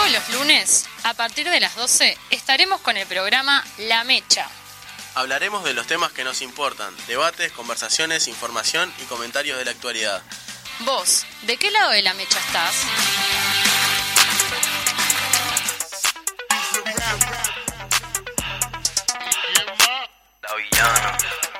Todos los lunes, a partir de las 12, estaremos con el programa La Mecha. Hablaremos de los temas que nos importan, debates, conversaciones, información y comentarios de la actualidad. Vos, ¿de qué lado de la mecha estás? La villana.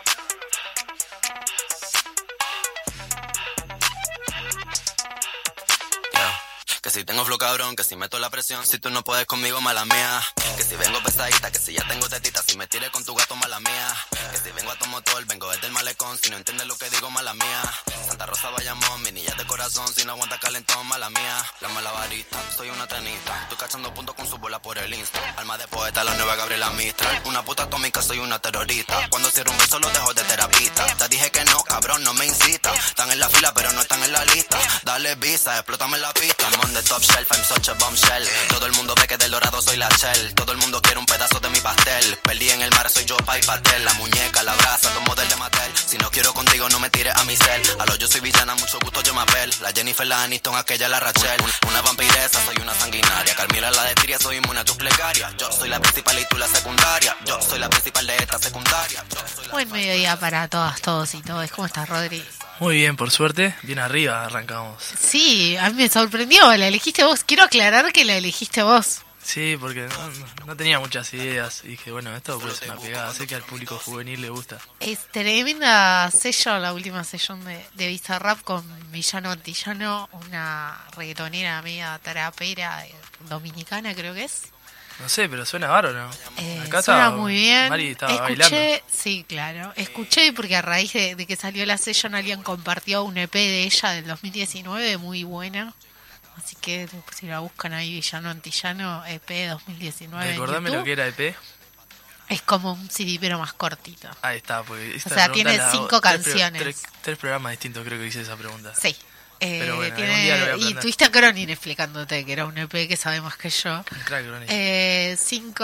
Que si tengo flow cabrón, que si meto la presión, si tú no puedes conmigo, mala mía. Que si vengo pesadita, que si ya tengo tetita, si me tires con tu gato, mala mía. Que si vengo a tu motor, vengo desde el malecón, si no entiendes lo que digo, mala mía. Santa Rosa, Bayamón, mi niña de corazón, si no aguanta calentón, mala mía. La malabarista, soy una tenista, estoy cachando puntos con su bola por el Insta. Alma de poeta, la nueva Gabriela Mistral, una puta atómica, soy una terrorista. Cuando cierro un beso lo dejo de terapista. Te dije que no, cabrón, no me incita. Están en la fila, pero no están en la lista. Dale visa, explótame la pista. I'm on the top shelf, I'm such a bombshell. Todo el mundo ve que del dorado soy la shell. Todo el mundo quiere un pedazo de mi pastel. Perdí en el mar, soy yo, pa' y pastel. La muñeca, la brasa, dos model de Mattel. Si no quiero contigo, no me tires a mi cel. A lo yo soy villana, mucho gusto, yo me apel. La Jennifer, la Aniston, aquella, la Rachel. Una vampiresa, soy una sanguinaria. Carmila, la de Tiria, soy inmune a tus plegarias. Yo soy la principal y tú la secundaria. Yo soy la principal de esta secundaria. Buen mediodía para todas, todos y todos. ¿Cómo estás, Rodri? Muy bien, por suerte. Bien arriba arrancamos. Sí, a mí me sorprendió. La elegiste vos. Quiero aclarar que la elegiste vos. Sí, porque no tenía muchas ideas. Y dije, bueno, esto puede ser una pegada. Sé que al público juvenil le gusta. Es tremenda session, la última session de Bizarrap con Villano Antillano, una reggaetonera media trapera dominicana, creo que es. No sé, pero suena bárbaro. Suena Acá estaba, muy bien. Mari estaba bailando. Sí, claro. Escuché porque a raíz de que salió la session alguien compartió un EP de ella del 2019 muy buena. Así que si la buscan ahí, Villano Antillano, EP 2019. Recordame lo que era EP. Es como un CD pero más cortito. Ahí está, porque O sea, tiene 5 canciones. Tres programas distintos creo que hice esa pregunta. Sí. Pero bueno, algún día lo voy a y aprender. tuviste a Cronin explicándote que era un EP que sabe más que yo. Un crack, Cronin.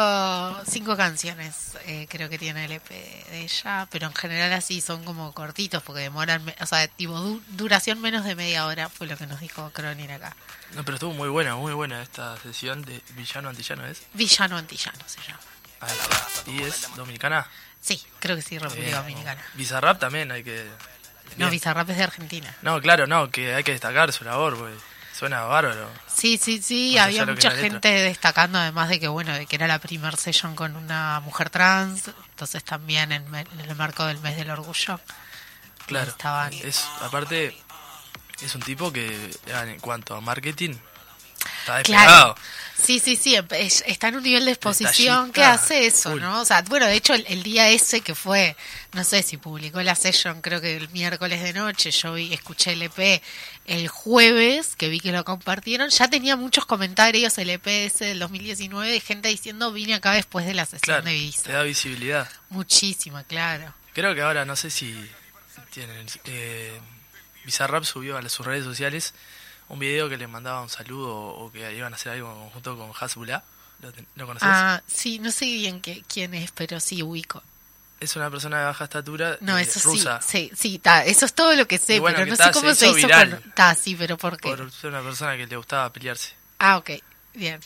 5 canciones creo que tiene el EP de ella, pero en general así son como cortitos porque demoran, o sea, tipo duración menos de media hora fue lo que nos dijo Cronin acá. No, pero estuvo muy buena esta sesión de Villano Antillano, ¿es? Villano Antillano se llama. Ahí está. ¿Y es dominicana? Sí, creo que sí, República Dominicana. Bizarrap también hay que... No, Bien. Bizarrap es de Argentina. No, claro, no, que hay que destacar su labor, porque suena bárbaro. Sí, Más había allá de lo que mucha es la letra. gente destacando además de que bueno, de que era la primer session con una mujer trans, entonces también en el marco del mes del orgullo. Claro, Estaban... aparte es un tipo que en cuanto a marketing está Claro. despegado. Sí, está en un nivel de exposición Detallista, que hace eso, full. ¿no? O sea, bueno, de hecho el día ese que fue, no sé si publicó la session, creo que el miércoles de noche, escuché el EP el jueves, que vi que lo compartieron, ya tenía muchos comentarios el EP ese del 2019 de gente diciendo vine acá después de la sesión Claro, de te Visa. da visibilidad. Muchísima, claro. Creo que ahora, no sé si tienen... Bizarrap subió a sus redes sociales un video que le mandaba un saludo o que iban a hacer algo junto con Hasbullah. ¿Lo conoces? Ah, sí, no sé bien quién es, pero sí ubico. Es una persona de baja estatura No, eso rusa. sí, eso es todo lo que sé, Y bueno, pero que no sé cómo se se hizo hizo viral. con... sí, pero ¿por qué? Por ser una persona que le gustaba pelearse. Ah, ok, bien.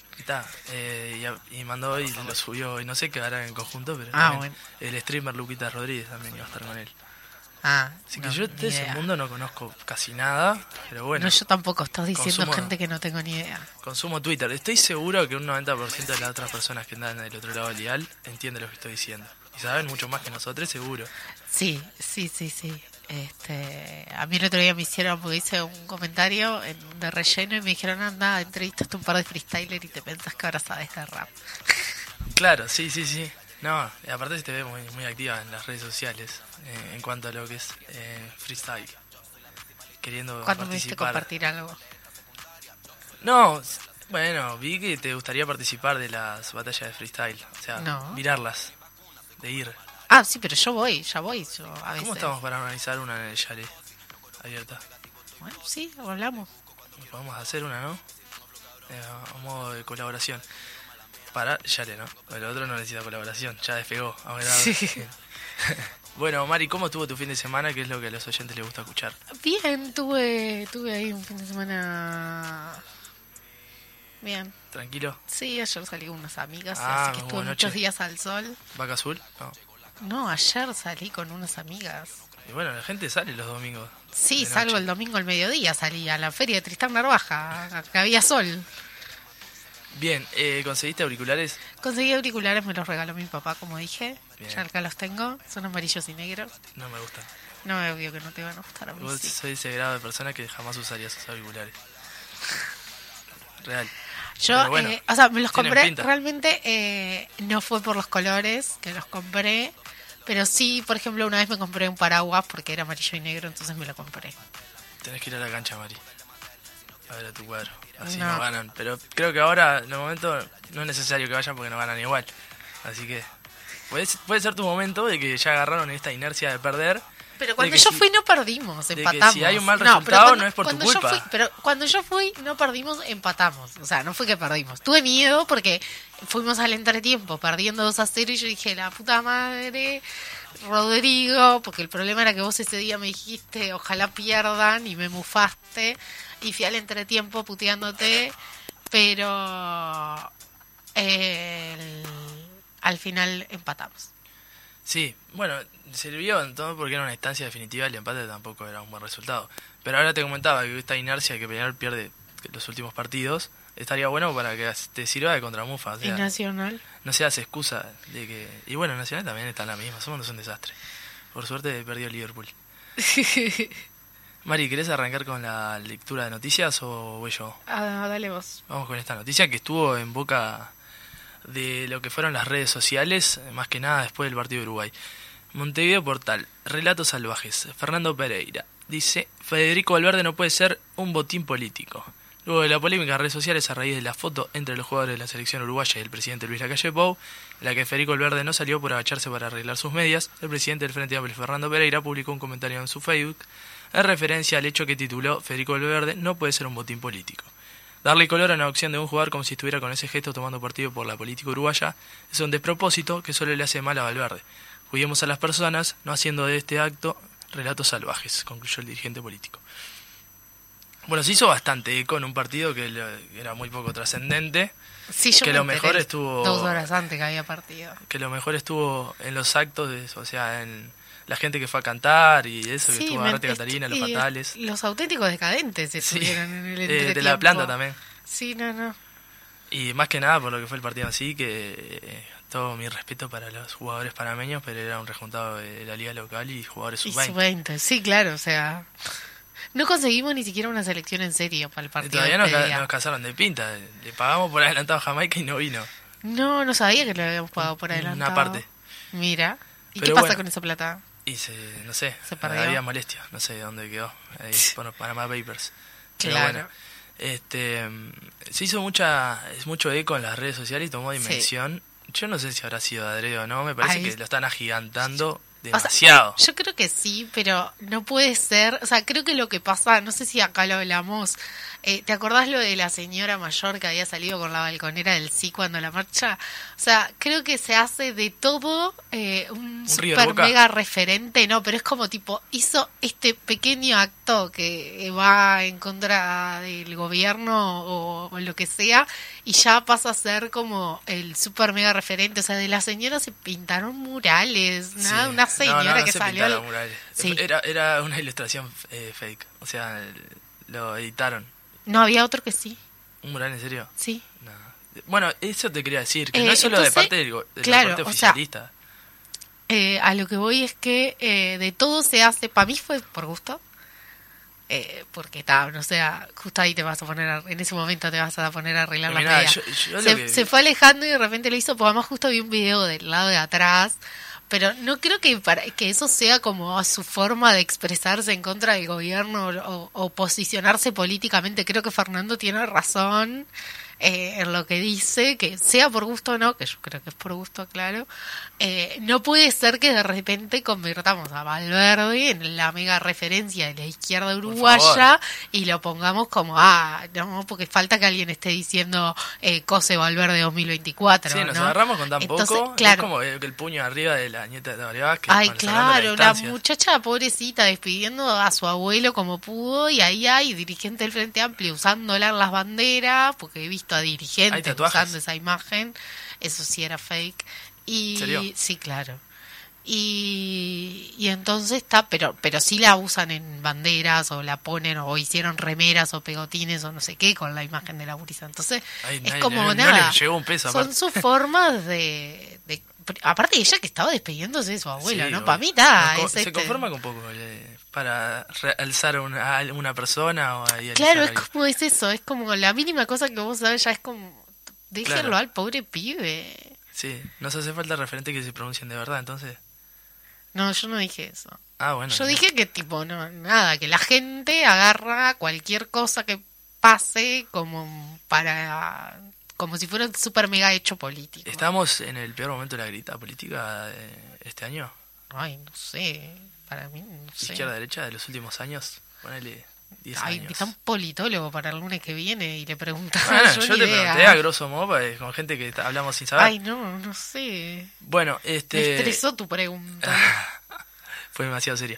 Y mandó y lo subió, y no sé qué harán en conjunto, pero Ah, también bueno. el streamer Luquita Rodríguez también iba a estar con él. Así que No, yo ni de ese idea. mundo no conozco casi nada, pero bueno, No, yo tampoco, estás diciendo Consumo- gente que no tengo ni idea. consumo Twitter. Estoy seguro que un 90% de las otras personas que andan del otro lado del dial entiende lo que estoy diciendo. Y saben mucho más que nosotros, seguro. Sí. A mí el otro día me hicieron, porque hice un comentario de relleno y me dijeron, anda, entrevistaste un par de freestylers y te pensás que ahora sabes de rap. Claro, sí. No, y aparte se te ve muy activa en las redes sociales en cuanto a lo que es freestyle. Queriendo ¿Cuándo me viste participar. compartir algo? No, bueno, vi que te gustaría participar de las batallas de freestyle. O sea, No. mirarlas, de ir. Ah, sí, pero yo voy, yo a veces. ¿Cómo estamos para organizar una en el Yale abierta? Bueno, sí, hablamos. Podemos hacer una, ¿no? A modo de colaboración. Para Yale, ¿no? El otro no necesita colaboración, ya despegó. Sí. Bueno, Mari, ¿cómo estuvo tu fin de semana? ¿Qué es lo que a los oyentes les gusta escuchar? Bien, tuve ahí un fin de semana Bien. ¿Tranquilo? Sí, ayer salí con unas amigas, Ah, así que estuve buena muchos noche. días al sol. ¿Vaca azul? No. No, ayer salí con unas amigas. Y bueno, la gente sale los domingos. Sí, de salvo noche. el domingo al mediodía, salí a la feria de Tristán Narvaja, que había sol. Bien, ¿conseguiste auriculares? Conseguí auriculares, me los regaló mi papá, como dije. Bien. Ya acá los tengo, son amarillos y negros. No me gustan. No me obvio que no te van a gustar a mí. Vos Sí. soy ese grado de persona que jamás usaría esos auriculares. Real. Yo, Pero bueno, o sea, me los tienen compré, pinta. realmente no fue por los colores que los compré, pero sí, por ejemplo, una vez me compré un paraguas porque era amarillo y negro, entonces me lo compré. Tenés que ir a la cancha, Mari. A ver a tu cuadro. Así No. no ganan. Pero creo que ahora, en el momento, no es necesario que vayan porque no ganan igual. Así que puede ser tu momento de que ya agarraron esta inercia de perder. Pero cuando de que yo si- fui no perdimos, de que empatamos. si hay un mal pero resultado, no es por tu cuando yo culpa. cuando yo fui no perdimos, empatamos. O sea, no fue que perdimos. Tuve miedo porque fuimos al entretiempo perdiendo 2-0 y yo dije, la puta madre, Rodrigo, porque el problema era que vos ese día me dijiste, ojalá pierdan, y me mufaste, y fui al entretiempo puteándote, pero al final empatamos. Sí, bueno, sirvió en todo porque era una instancia definitiva, el empate tampoco era un buen resultado. Pero ahora te comentaba que esta inercia que Peñarol pierde los últimos partidos estaría bueno para que te sirva de contramufa. O Y sea, Nacional. no seas excusa de que... Y bueno, Nacional también está en la misma, somos un desastre. Por suerte perdió Liverpool. Mari, ¿querés arrancar con la lectura de noticias o voy yo? Ah, dale vos. Vamos con esta noticia que estuvo en boca de lo que fueron las redes sociales, más que nada después del partido de Uruguay. Montevideo Portal, relatos salvajes. Fernando Pereira dice: Federico Valverde no puede ser un botín político. Luego de la polémica en redes sociales a raíz de la foto entre los jugadores de la selección uruguaya y el presidente Luis Lacalle Pou, en la que Federico Valverde no salió por agacharse para arreglar sus medias, el presidente del Frente Amplio Fernando Pereira publicó un comentario en su Facebook en referencia al hecho que tituló: Federico Valverde no puede ser un botín político. Darle color a una opción de un jugador como si estuviera con ese gesto tomando partido por la política uruguaya es un despropósito que solo le hace mal a Valverde. Cuidemos a las personas, no haciendo de este acto relatos salvajes, concluyó el dirigente político. Bueno, se hizo bastante eco en un partido que era muy poco trascendente, Sí, yo que me lo enteré mejor estuvo 2 horas antes que había partido. que lo mejor estuvo en los actos, o sea, en la gente que fue a cantar y eso, que estuvo Agarrate Catalina, los y fatales. Los auténticos decadentes Sí, estuvieron en el de la entretiempo. planta también. Sí, no. Y más que nada por lo que fue el partido así, que todo mi respeto para los jugadores panameños, pero era un rejuntado de la liga local y jugadores Y sub-20. sub-20, sí, claro, o sea... No conseguimos ni siquiera una selección en serio para el Y partido. todavía de despedida. nos casaron de pinta, le pagamos por adelantado a Jamaica y no vino. No sabía que lo habíamos pagado por adelantado. Una parte. Mira. ¿Y Pero qué pasa bueno. con esa plata? Y no sé, Se perdió. había molestia, no sé dónde quedó, ahí por los Panama Papers. Pero Claro. bueno, se hizo mucho eco en las redes sociales y tomó dimensión. Yo no sé si habrá sido de adrede o no, me parece Ay. que lo están agigantando O sea, demasiado. yo creo que sí, pero no puede ser. O sea, creo que lo que pasa, no sé si acá lo hablamos. ¿Te acordás lo de la señora mayor que había salido con la balconera del sí cuando la marcha? O sea, creo que se hace de todo un Río de super Boca. mega referente, ¿no? Pero es como tipo, hizo este pequeño acto que va en contra del gobierno o lo que sea, y ya pasa a ser como el super mega referente. O sea, de la señora se pintaron murales, nada, Sí. una señora no que se salió. pintaron murales. Sí. Era una ilustración fake, o sea, lo editaron. No, había otro que sí, ¿Un mural en serio? sí. No. Bueno, eso te quería decir, que no es solo entonces, de parte de claro, la parte o sea, oficialista. A lo que voy es que de todo se hace, para mí fue por gusto, porque no sea, justo ahí te vas a poner, en ese momento te vas a poner a arreglar la Mirá, media. yo lo que- Se fue alejando y de repente lo hizo, porque además justo vi un video del lado de atrás, pero no creo que eso sea como su forma de expresarse en contra del gobierno o posicionarse políticamente. Creo que Fernando tiene razón en lo que dice, que sea por gusto o no, que yo creo que es por gusto, claro. No puede ser que de repente convirtamos a Valverde en la mega referencia de la izquierda uruguaya y lo pongamos como, no, porque falta que alguien esté diciendo Cose Valverde 2024. Sí, nos ¿no? agarramos con tan Entonces, poco, claro. es como el puño arriba de la nieta de Tabaré Vázquez. Ay, cuando se hablando de claro, las la instancias. muchacha pobrecita despidiendo a su abuelo como pudo, y ahí hay dirigente del Frente Amplio usándola en las banderas, porque he visto visto a Hay dirigentes tatuajes. usando esa imagen, eso sí era fake. Y ¿En serio? sí, claro. Y entonces está, pero sí la usan en banderas o la ponen o hicieron remeras o pegotines o no sé qué con la imagen de la gurisa. Entonces Ay, es nadie- como no nada. le llegó un peso, Son aparte. sus formas aparte ella que estaba despidiéndose de su abuela, Sí, ¿no? obvio. Para mí está. Se conforma con poco para realzar a una persona o idealizar Claro, a es alguien. como es eso, es como la mínima cosa que vos sabés ya es como déjenlo Claro. al pobre pibe. Sí, nos hace falta referentes que se pronuncien de verdad, entonces. No, yo no dije eso. Ah, bueno. Yo no. dije que tipo, no, nada, que la gente agarra cualquier cosa que pase como si fuera un super mega hecho político. ¿Estamos en el peor momento de la grita política de este año? Ay, no sé, para mí no sé. Izquierda-derecha de los últimos años, ponele 10 Ay, años. está un politólogo para el lunes que viene y le preguntaba Bueno, yo yo ni te idea. pregunté a grosso modo con gente que hablamos sin saber. Ay, no sé. Bueno, Me estresó tu pregunta. fue demasiado serio.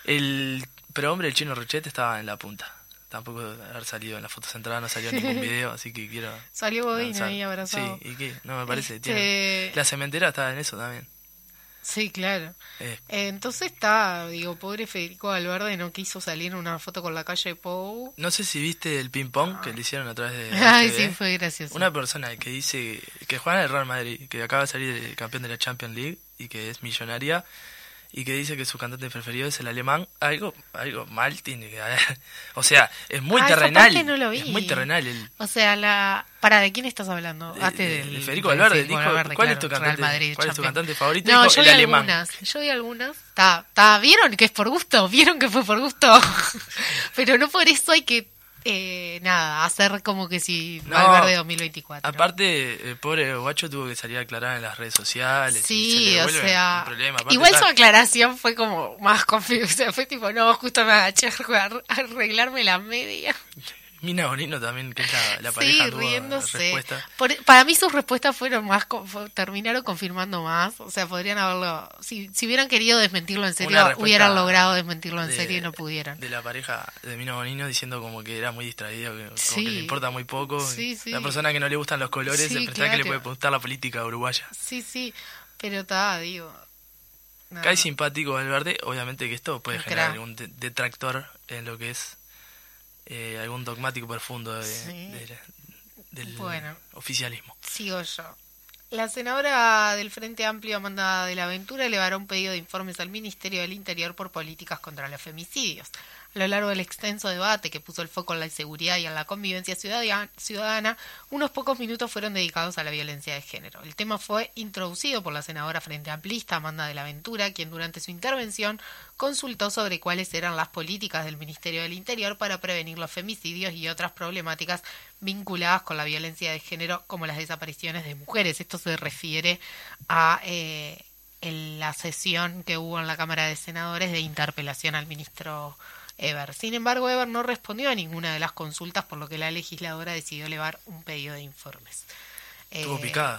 Pero hombre, el Chino Rochette estaba en la punta. Tampoco de haber salido en la foto central, no salió ningún video, así que quiero... Salió Godín avanzar. ahí abrazado. Sí, ¿y qué? No me parece. Este- La cementera estaba en eso también. Sí, claro. Eh, Entonces está, digo, pobre Federico Valverde no quiso salir en una foto con la calle Pou. no sé si viste el ping pong que le hicieron a través de Ay, TV. sí, fue gracioso. Una persona que dice que juega en el Real Madrid, que acaba de salir de campeón de la Champions League y que es millonaria y que dice que su cantante preferido es el alemán, algo mal tiene que haber. O sea, es muy Ah, esa terrenal. parte no lo vi. Es muy terrenal el O sea, ¿de quién estás hablando? de Federico Valverde. Dijo, ¿cuál es tu cantante? ¿Cuál es tu cantante favorito? No, Dijo, yo el vi alemán. Yo vi algunas. ¿Vieron que es por gusto? ¿Vieron que fue por gusto? Pero no por eso hay que, hacer como que si No, Valverde 2024. Aparte, el pobre guacho tuvo que salir a aclarar en las redes sociales. y se Sí, le o devuelve sea, un problema. Aparte igual está- su aclaración fue como más confusa, o sea, fue tipo, no, justo me agaché a arreglarme la media. Mina Bonino también, que es la Sí, pareja tuvo riéndose. respuesta. Para mí sus respuestas fueron terminaron confirmando más, o sea, podrían haberlo, si hubieran querido desmentirlo en serio, respuesta hubieran logrado desmentirlo en de- serio y no pudieron. De la pareja de Mina Bonino diciendo como que era muy distraído, como Sí. que le importa muy poco. Sí, sí. La persona que no le gustan los colores Sí, se pensaba claro. que le puede gustar la política uruguaya. Sí, pero digo. nada. Cae simpático Valverde, obviamente que esto puede Un generar crack. algún detractor en lo que es algún dogmático profundo Sí. del Bueno. oficialismo. Sigo yo. La senadora del Frente Amplio, Amanda de la Ventura, elevará un pedido de informes al Ministerio del Interior por políticas contra los femicidios. A lo largo del extenso debate que puso el foco en la inseguridad y en la convivencia ciudadana, unos pocos minutos fueron dedicados a la violencia de género. El tema fue introducido por la senadora Frente Amplista, Amanda de la Ventura, quien durante su intervención consultó sobre cuáles eran las políticas del Ministerio del Interior para prevenir los femicidios y otras problemáticas vinculadas con la violencia de género, como las desapariciones de mujeres. Esto se refiere a en la sesión que hubo en la Cámara de Senadores de interpelación al ministro Eber. Sin embargo, Eber no respondió a ninguna de las consultas, por lo que la legisladora decidió elevar un pedido de informes. Estuvo picada,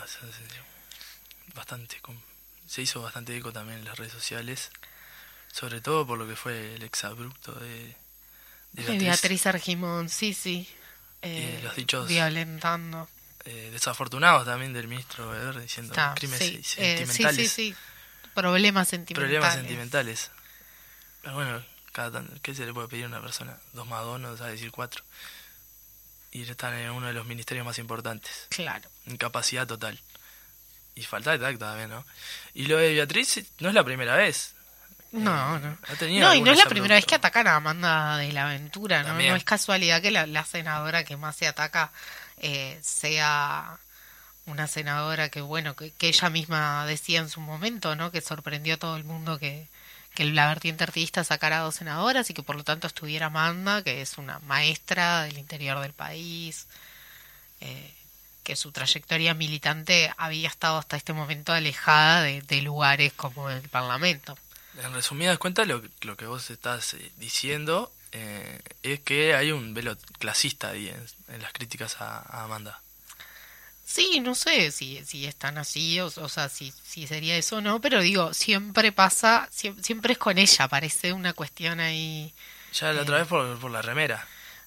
se hizo bastante eco también en las redes sociales, sobre todo por lo que fue el exabrupto de Beatriz Argimón, sí. los dichos violentando. Desafortunados también del ministro Eber diciendo crímenes sentimentales. Sí. Problemas sentimentales. Pero bueno, ¿qué se le puede pedir a una persona? 2 más 2 no sabe decir 4. Y están en uno de los ministerios más importantes. Claro. Incapacidad total. Y falta de tacto también, ¿no? Y lo de Beatriz no es la primera vez. No. Ha tenido No, y no es la algunos primera vez que abruptos. atacan a Amanda de la Ventura, ¿no? También. No es casualidad que la senadora que más se ataca sea una senadora que, bueno, que ella misma decía en su momento, ¿no? Que sorprendió a todo el mundo que la vertiente artista sacara 2 senadoras y que por lo tanto estuviera Amanda, que es una maestra del interior del país, que su trayectoria militante había estado hasta este momento alejada de lugares como el Parlamento. En resumidas cuentas, lo que vos estás diciendo es que hay un velo clasista ahí en las críticas a Amanda. Sí, no sé si es tan así, o sea, si sería eso o no, pero digo, siempre pasa, siempre es con ella, parece una cuestión ahí. Ya la otra vez por la remera.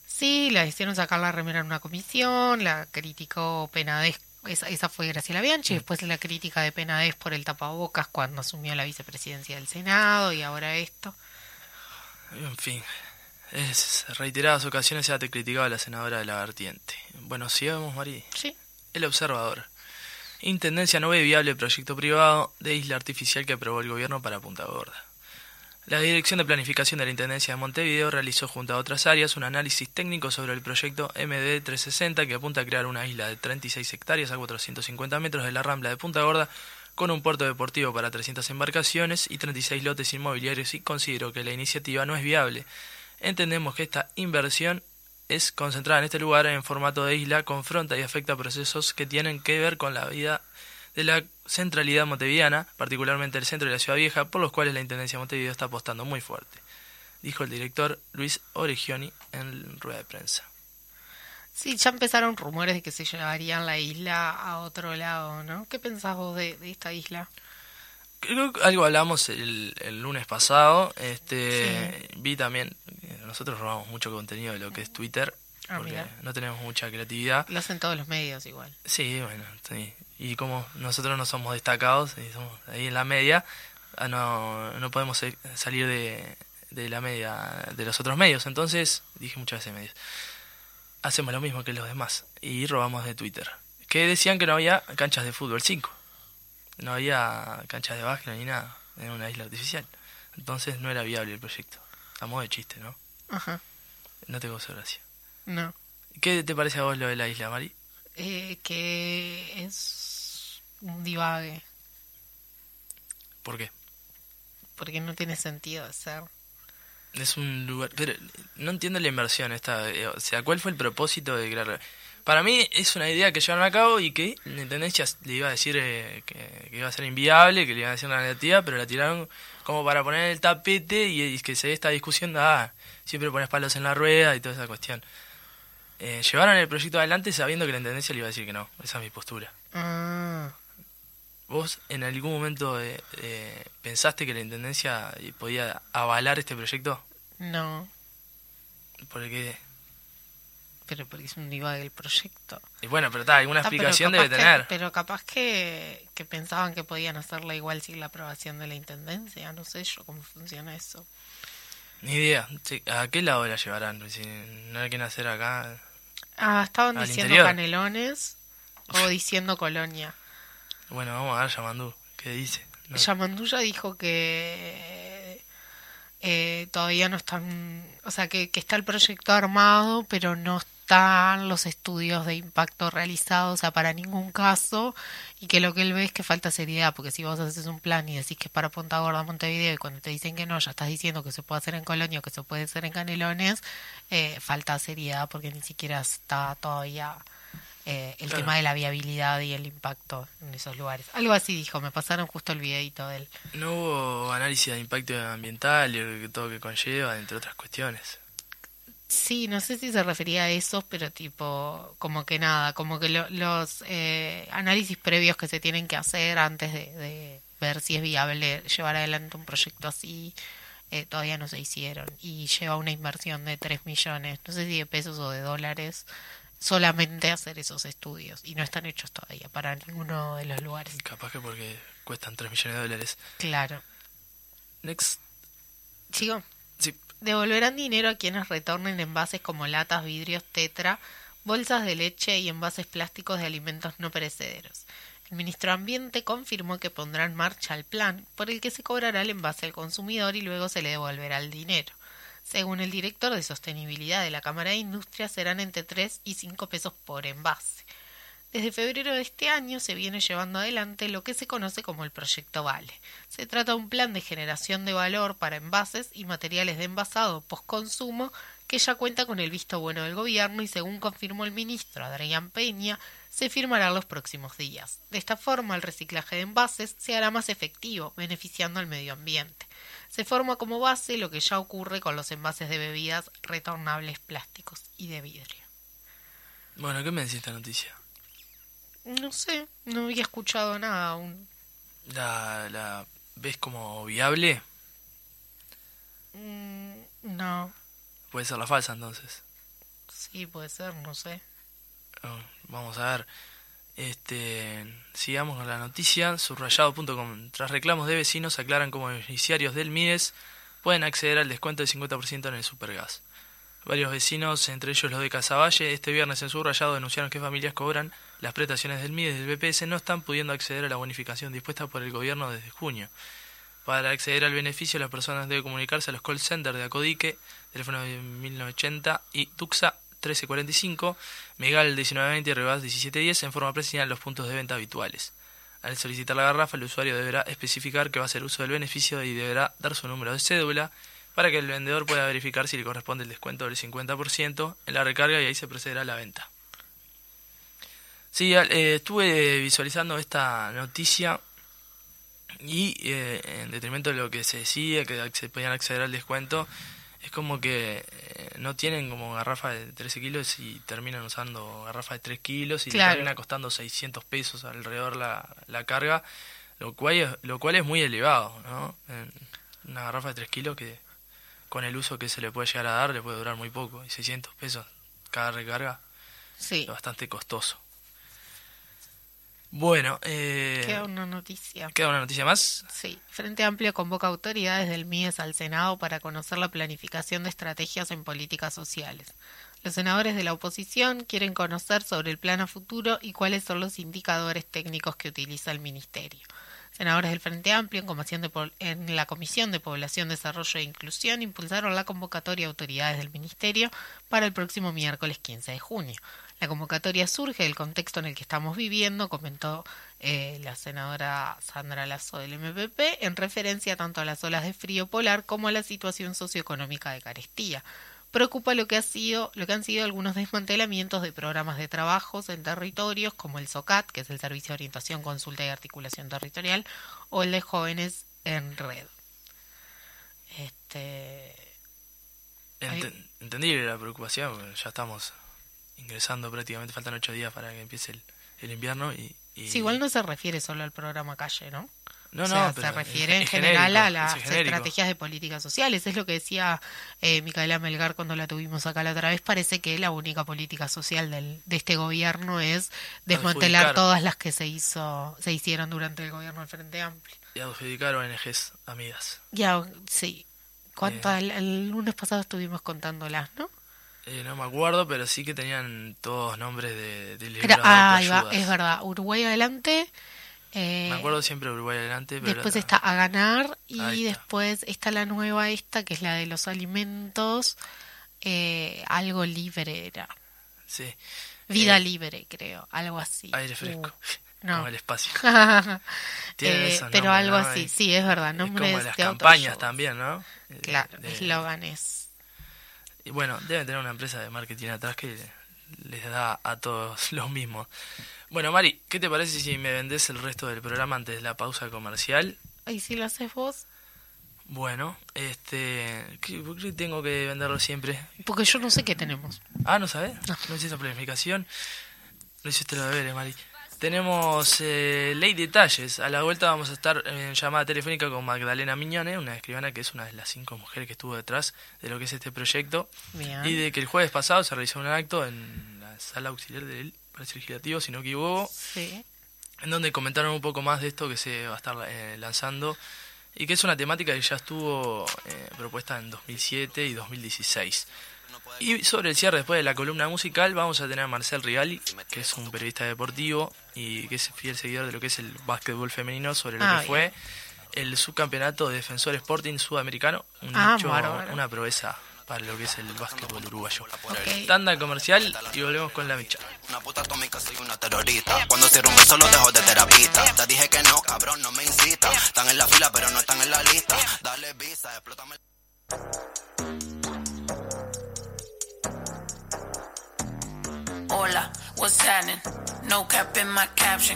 Sí, la hicieron sacar la remera en una comisión, la criticó Penades, esa fue Graciela Bianchi, después la crítica de Penades por el tapabocas cuando asumió la vicepresidencia del Senado y ahora esto. En fin, es reiteradas ocasiones se ha criticado a la senadora de la vertiente. Bueno, sigamos, Mari. Sí. El Observador. Intendencia no ve viable el proyecto privado de isla artificial que aprobó el gobierno para Punta Gorda. La Dirección de Planificación de la Intendencia de Montevideo realizó junto a otras áreas un análisis técnico sobre el proyecto MD360 que apunta a crear una isla de 36 hectáreas a 450 metros de la Rambla de Punta Gorda con un puerto deportivo para 300 embarcaciones y 36 lotes inmobiliarios y consideró que la iniciativa no es viable. Entendemos que esta inversión es concentrada en este lugar en formato de isla, confronta y afecta procesos que tienen que ver con la vida de la centralidad montevideana, particularmente el centro de la Ciudad Vieja, por los cuales la Intendencia de Montevideo está apostando muy fuerte, dijo el director Luis Oregioni en rueda de prensa. Sí, ya empezaron rumores de que se llevarían la isla a otro lado, ¿no? ¿Qué pensás vos de esta isla? Creo que algo hablamos el lunes pasado. Sí. Vi también, nosotros robamos mucho contenido de lo que es Twitter, porque Mira. no tenemos mucha creatividad. Lo hacen todos los medios igual. Sí, bueno, sí. Y como nosotros no somos destacados, y somos ahí en la media, no podemos salir de la media de los otros medios. Entonces, dije muchas veces medios, hacemos lo mismo que los demás y robamos de Twitter. Que decían que no había canchas de fútbol 5. No había canchas de básquet ni nada. Era una isla artificial. Entonces no era viable el proyecto. A modo de chiste, ¿no? Ajá. No te causó gracia. No. ¿Qué te parece a vos lo de la isla, Mari? Que es un divague, ¿Por qué? porque no tiene sentido de ser. Es un lugar... Pero no entiendo la inversión esta. O sea, ¿cuál fue el propósito de crear? Para mí es una idea que llevaron a cabo y que la Intendencia le iba a decir que iba a ser inviable, que le iban a decir una negativa, pero la tiraron como para poner el tapete y que se dé esta discusión de, siempre pones palos en la rueda y toda esa cuestión. Llevaron el proyecto adelante sabiendo que la Intendencia le iba a decir que no. Esa es mi postura. Ah, ¿Vos en algún momento pensaste que la Intendencia podía avalar este proyecto? no, Porque... pero porque es un divague el proyecto. Y bueno, pero alguna Pero explicación capaz debe tener. pero capaz que pensaban que podían hacerla igual sin la aprobación de la intendencia. No sé yo cómo funciona eso. Ni idea. Sí, ¿a qué lado la llevarán? Si no hay que hacer acá... Estaban Al diciendo interior. Canelones o diciendo Colonia. Bueno, vamos a ver Yamandú. ¿Qué dice? No. Yamandú ya dijo que todavía no están, o sea, que está el proyecto armado, pero no están los estudios de impacto realizados, o sea, para ningún caso, y que lo que él ve es que falta seriedad, porque si vos haces un plan y decís que es para Punta Gorda, Montevideo, y cuando te dicen que no, ya estás diciendo que se puede hacer en Colonia o que se puede hacer en Canelones, falta seriedad porque ni siquiera está todavía el Claro. tema de la viabilidad y el impacto en esos lugares. Algo así dijo, me pasaron justo el videito de él. No hubo análisis de impacto ambiental y todo lo que conlleva, entre otras cuestiones. Sí, no sé si se refería a eso, pero tipo, como que nada, como que los análisis previos que se tienen que hacer antes de ver si es viable llevar adelante un proyecto así, todavía no se hicieron. Y lleva una inversión de 3 millones, no sé si de pesos o de dólares, solamente hacer esos estudios. Y no están hechos todavía para ninguno de los lugares. Capaz que porque cuestan 3 millones de dólares. Claro. Next. Chico. Sí. Devolverán dinero a quienes retornen envases como latas, vidrios, tetra, bolsas de leche y envases plásticos de alimentos no perecederos. El ministro de Ambiente confirmó que pondrá en marcha el plan por el que se cobrará el envase al consumidor y luego se le devolverá el dinero. Según el director de Sostenibilidad de la Cámara de Industria, serán entre 3 y 5 pesos por envase. Desde febrero de este año se viene llevando adelante lo que se conoce como el Proyecto Vale. Se trata de un plan de generación de valor para envases y materiales de envasado postconsumo que ya cuenta con el visto bueno del gobierno y, según confirmó el ministro Adrián Peña, se firmará en los próximos días. De esta forma, el reciclaje de envases se hará más efectivo, beneficiando al medio ambiente. Se forma como base lo que ya ocurre con los envases de bebidas retornables plásticos y de vidrio. Bueno, ¿qué me decís esta noticia? No sé, no había escuchado nada aún. ¿La ves como viable? No. Puede ser la falsa entonces. Sí, puede ser, no sé. Vamos a ver. Sigamos con la noticia. Subrayado.com. Tras reclamos de vecinos, aclaran cómo beneficiarios del MIDES pueden acceder al descuento del 50% en el Supergas. Varios vecinos, entre ellos los de Casaballe, este viernes en Subrayado denunciaron que familias cobran las prestaciones del MIDES y del BPS no están pudiendo acceder a la bonificación dispuesta por el gobierno desde junio. Para acceder al beneficio, las personas deben comunicarse a los call centers de Acodique, teléfono de 1980 y Tuxa 1345, Megal 1920 y Rivas 1710 en forma presencial en los puntos de venta habituales. Al solicitar la garrafa, el usuario deberá especificar que va a hacer uso del beneficio y deberá dar su número de cédula para que el vendedor pueda verificar si le corresponde el descuento del 50% en la recarga y ahí se procederá a la venta. Sí, estuve visualizando esta noticia y en detrimento de lo que se decía, que se podían acceder al descuento, es como que no tienen como garrafa de 13 kilos y terminan usando garrafa de 3 kilos y Claro. le termina costando 600 pesos alrededor la carga, lo cual es muy elevado, ¿no? Una garrafa de 3 kilos que con el uso que se le puede llegar a dar le puede durar muy poco, y 600 pesos cada recarga Sí. es bastante costoso. Bueno, Queda una noticia. ¿queda una noticia más? Sí, Frente Amplio convoca autoridades del MIDES al Senado para conocer la planificación de estrategias en políticas sociales. Los senadores de la oposición quieren conocer sobre el plan a futuro y cuáles son los indicadores técnicos que utiliza el Ministerio. Senadores del Frente Amplio en la Comisión de Población, Desarrollo e Inclusión impulsaron la convocatoria a autoridades del Ministerio para el próximo miércoles 15 de junio. La convocatoria surge del contexto en el que estamos viviendo, comentó la senadora Sandra Lazo del MPP, en referencia tanto a las olas de frío polar como a la situación socioeconómica de carestía. Preocupa lo que han sido algunos desmantelamientos de programas de trabajos en territorios como el SOCAT, que es el Servicio de Orientación, Consulta y Articulación Territorial, o el de Jóvenes en Red. Entendí la preocupación, porque ya estamos ingresando prácticamente, faltan 8 días para que empiece el invierno y... Sí, igual no se refiere solo al programa Calle, ¿no? No, O sea, no, pero se refiere en es general genérico, a las es genérico. estrategias de políticas sociales. Es lo que decía Micaela Melgar cuando la tuvimos acá la otra vez. Parece que la única política social de este gobierno es desmantelar Adjudicar. todas las que se hicieron durante el gobierno del Frente Amplio. Y adjudicar ONGs amigas. Ya, sí. El lunes pasado estuvimos contándolas, ¿no? No me acuerdo, pero sí que tenían todos nombres de libros de Ahí va, autoayudas. es verdad. Uruguay Adelante. Me acuerdo siempre de Uruguay Adelante, pero... Después está A Ganar y Ahí está. después está la nueva que es la de los alimentos, algo libre era. Sí. Vida libre, creo, algo así. Aire fresco. No. Como el espacio. Tienen esos pero nombres, algo ¿no? así, sí, es verdad, Es nombres como las de campañas autoayuda. también, ¿no? Claro, De- eslóganes. Y bueno, deben tener una empresa de marketing atrás que les da a todos los mismos. Bueno, Mari, ¿qué te parece si me vendés el resto del programa antes de la pausa comercial? ¿Y si lo haces vos? Bueno, ¿por qué tengo que venderlo siempre? Porque yo no sé qué tenemos. Ah, ¿no sabés? No. ¿No hiciste planificación? No hiciste los deberes, Mari. Tenemos Ley Detalles. A la vuelta vamos a estar en llamada telefónica con Magdalena Miñone, una escribana que es una de las 5 mujeres que estuvo detrás de lo que es este proyecto. Bien. Y de que el jueves pasado se realizó un acto en la sala auxiliar del Palacio Legislativo, si no me equivoco, Sí. en donde comentaron un poco más de esto que se va a estar lanzando y que es una temática que ya estuvo propuesta en 2007 y 2016. Y sobre el cierre, después de la columna musical, vamos a tener a Marcel Rigali, que es un periodista deportivo y que es fiel seguidor de lo que es el básquetbol femenino, sobre lo que bien. fue el subcampeonato de Defensor Sporting sudamericano, Bárbaro. una proeza para lo que es el básquetbol uruguayo. Ok. Tanda comercial y volvemos con la micha. Una puta atómica, soy una terrorista. Cuando cierro un beso lo dejo de terapista. Te dije que no, cabrón, no me incita. Están en la fila pero no están en la lista. Dale visa, explótame. Hola, what's happening? No cap in my caption.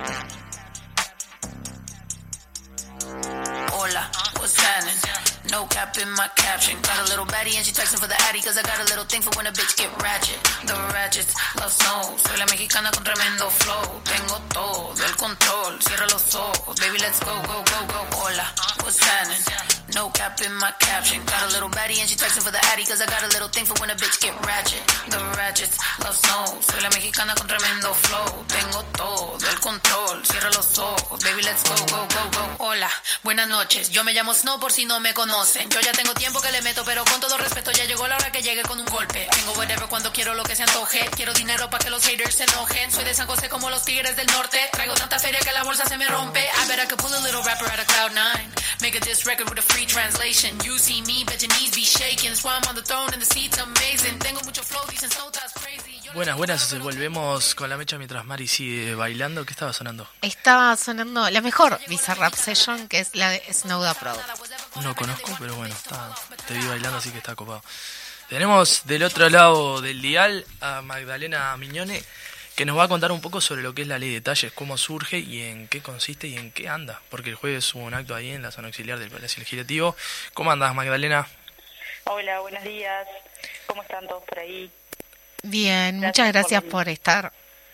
Hola, what's happening? No cap in my caption. Got a little baddie and she texting for the addy, cause I got a little thing for when a bitch get ratchet. The ratchets love snow. Soy la mexicana con tremendo flow. Tengo todo el control. Cierra los ojos. Baby, let's go, go, go, go. Hola, what's happening? no cap in my caption. Got a little baddie and she texting for the addy, cause I got a little thing for when a bitch get ratchet. The ratchets love snow, soy la mexicana con tremendo flow. Tengo todo el control, cierra los ojos, baby let's go, go, go, go. Hola, buenas noches, yo me llamo Snow por si no me conocen. Yo ya tengo tiempo que le meto, pero con todo respeto ya llegó la hora que llegue con un golpe. Tengo whatever cuando quiero lo que se antoje. Quiero dinero para que los haters se enojen. Soy de San José como los tigres del norte. Traigo tanta feria que la bolsa se me rompe. I bet I could pull a little rapper out of Cloud9. Make a diss record with a free translation. You see me, bet your knees be shaking. That's why I'm on the throne and the seat's amazing. Tengo mucho flow, dicen Snow that's crazy. Buenas, volvemos con la mecha mientras Mari sigue bailando. ¿Qué estaba sonando? Estaba sonando la mejor Bizarrap Session, que es la de Snow Da Proud. No conozco, pero bueno, te vi bailando, así que está copado. Tenemos del otro lado del dial a Magdalena Mignone, que nos va a contar un poco sobre lo que es la ley de talles, cómo surge y en qué consiste y en qué anda. Porque el jueves hubo un acto ahí en la zona auxiliar del Palacio Legislativo. ¿Cómo andas, Magdalena? Hola, buenos días. ¿Cómo están todos por ahí? Bien, muchas gracias por estar.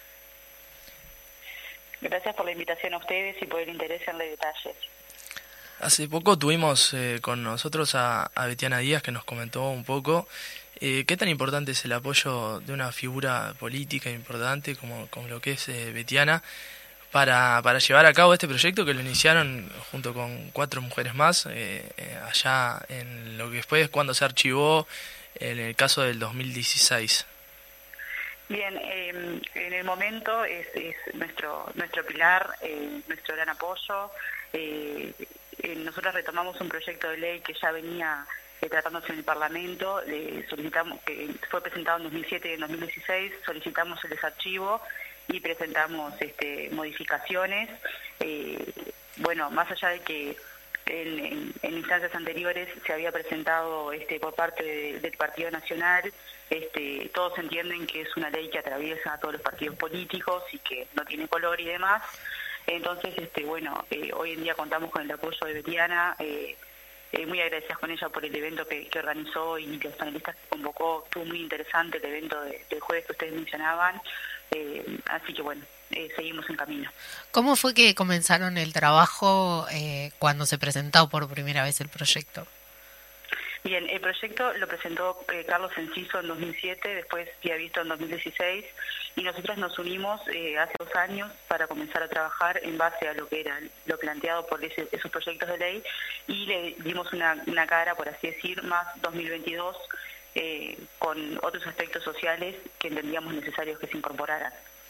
Gracias por la invitación a ustedes y por el interés en ley de talles. Hace poco tuvimos con nosotros a Betiana Díaz, que nos comentó un poco qué tan importante es el apoyo de una figura política importante como lo que es Betiana para llevar a cabo este proyecto que lo iniciaron junto con 4 mujeres más allá en lo que después cuando se archivó en el caso del 2016. Bien, en el momento es nuestro pilar, nuestro gran apoyo. Nosotros retomamos un proyecto de ley que ya venía tratándose en el Parlamento, solicitamos que fue presentado en 2007 y en 2016, solicitamos el desarchivo y presentamos modificaciones. Bueno, más allá de que en instancias anteriores se había presentado por parte del Partido Nacional, todos entienden que es una ley que atraviesa a todos los partidos políticos y que no tiene color y demás. Entonces, hoy en día contamos con el apoyo de Betiana, muy agradecidas con ella por el evento que organizó y los panelistas que convocó. Estuvo muy interesante el evento del jueves que ustedes mencionaban, así que seguimos en camino. ¿Cómo fue que comenzaron el trabajo cuando se presentó por primera vez el proyecto? Bien, el proyecto lo presentó Carlos Enciso en 2007, después Pía Visto en 2016, y nosotros nos unimos hace 2 años para comenzar a trabajar en base a lo que era lo planteado por esos proyectos de ley, y le dimos una cara, por así decir, más 2022, con otros aspectos sociales que entendíamos necesarios que se incorporaran.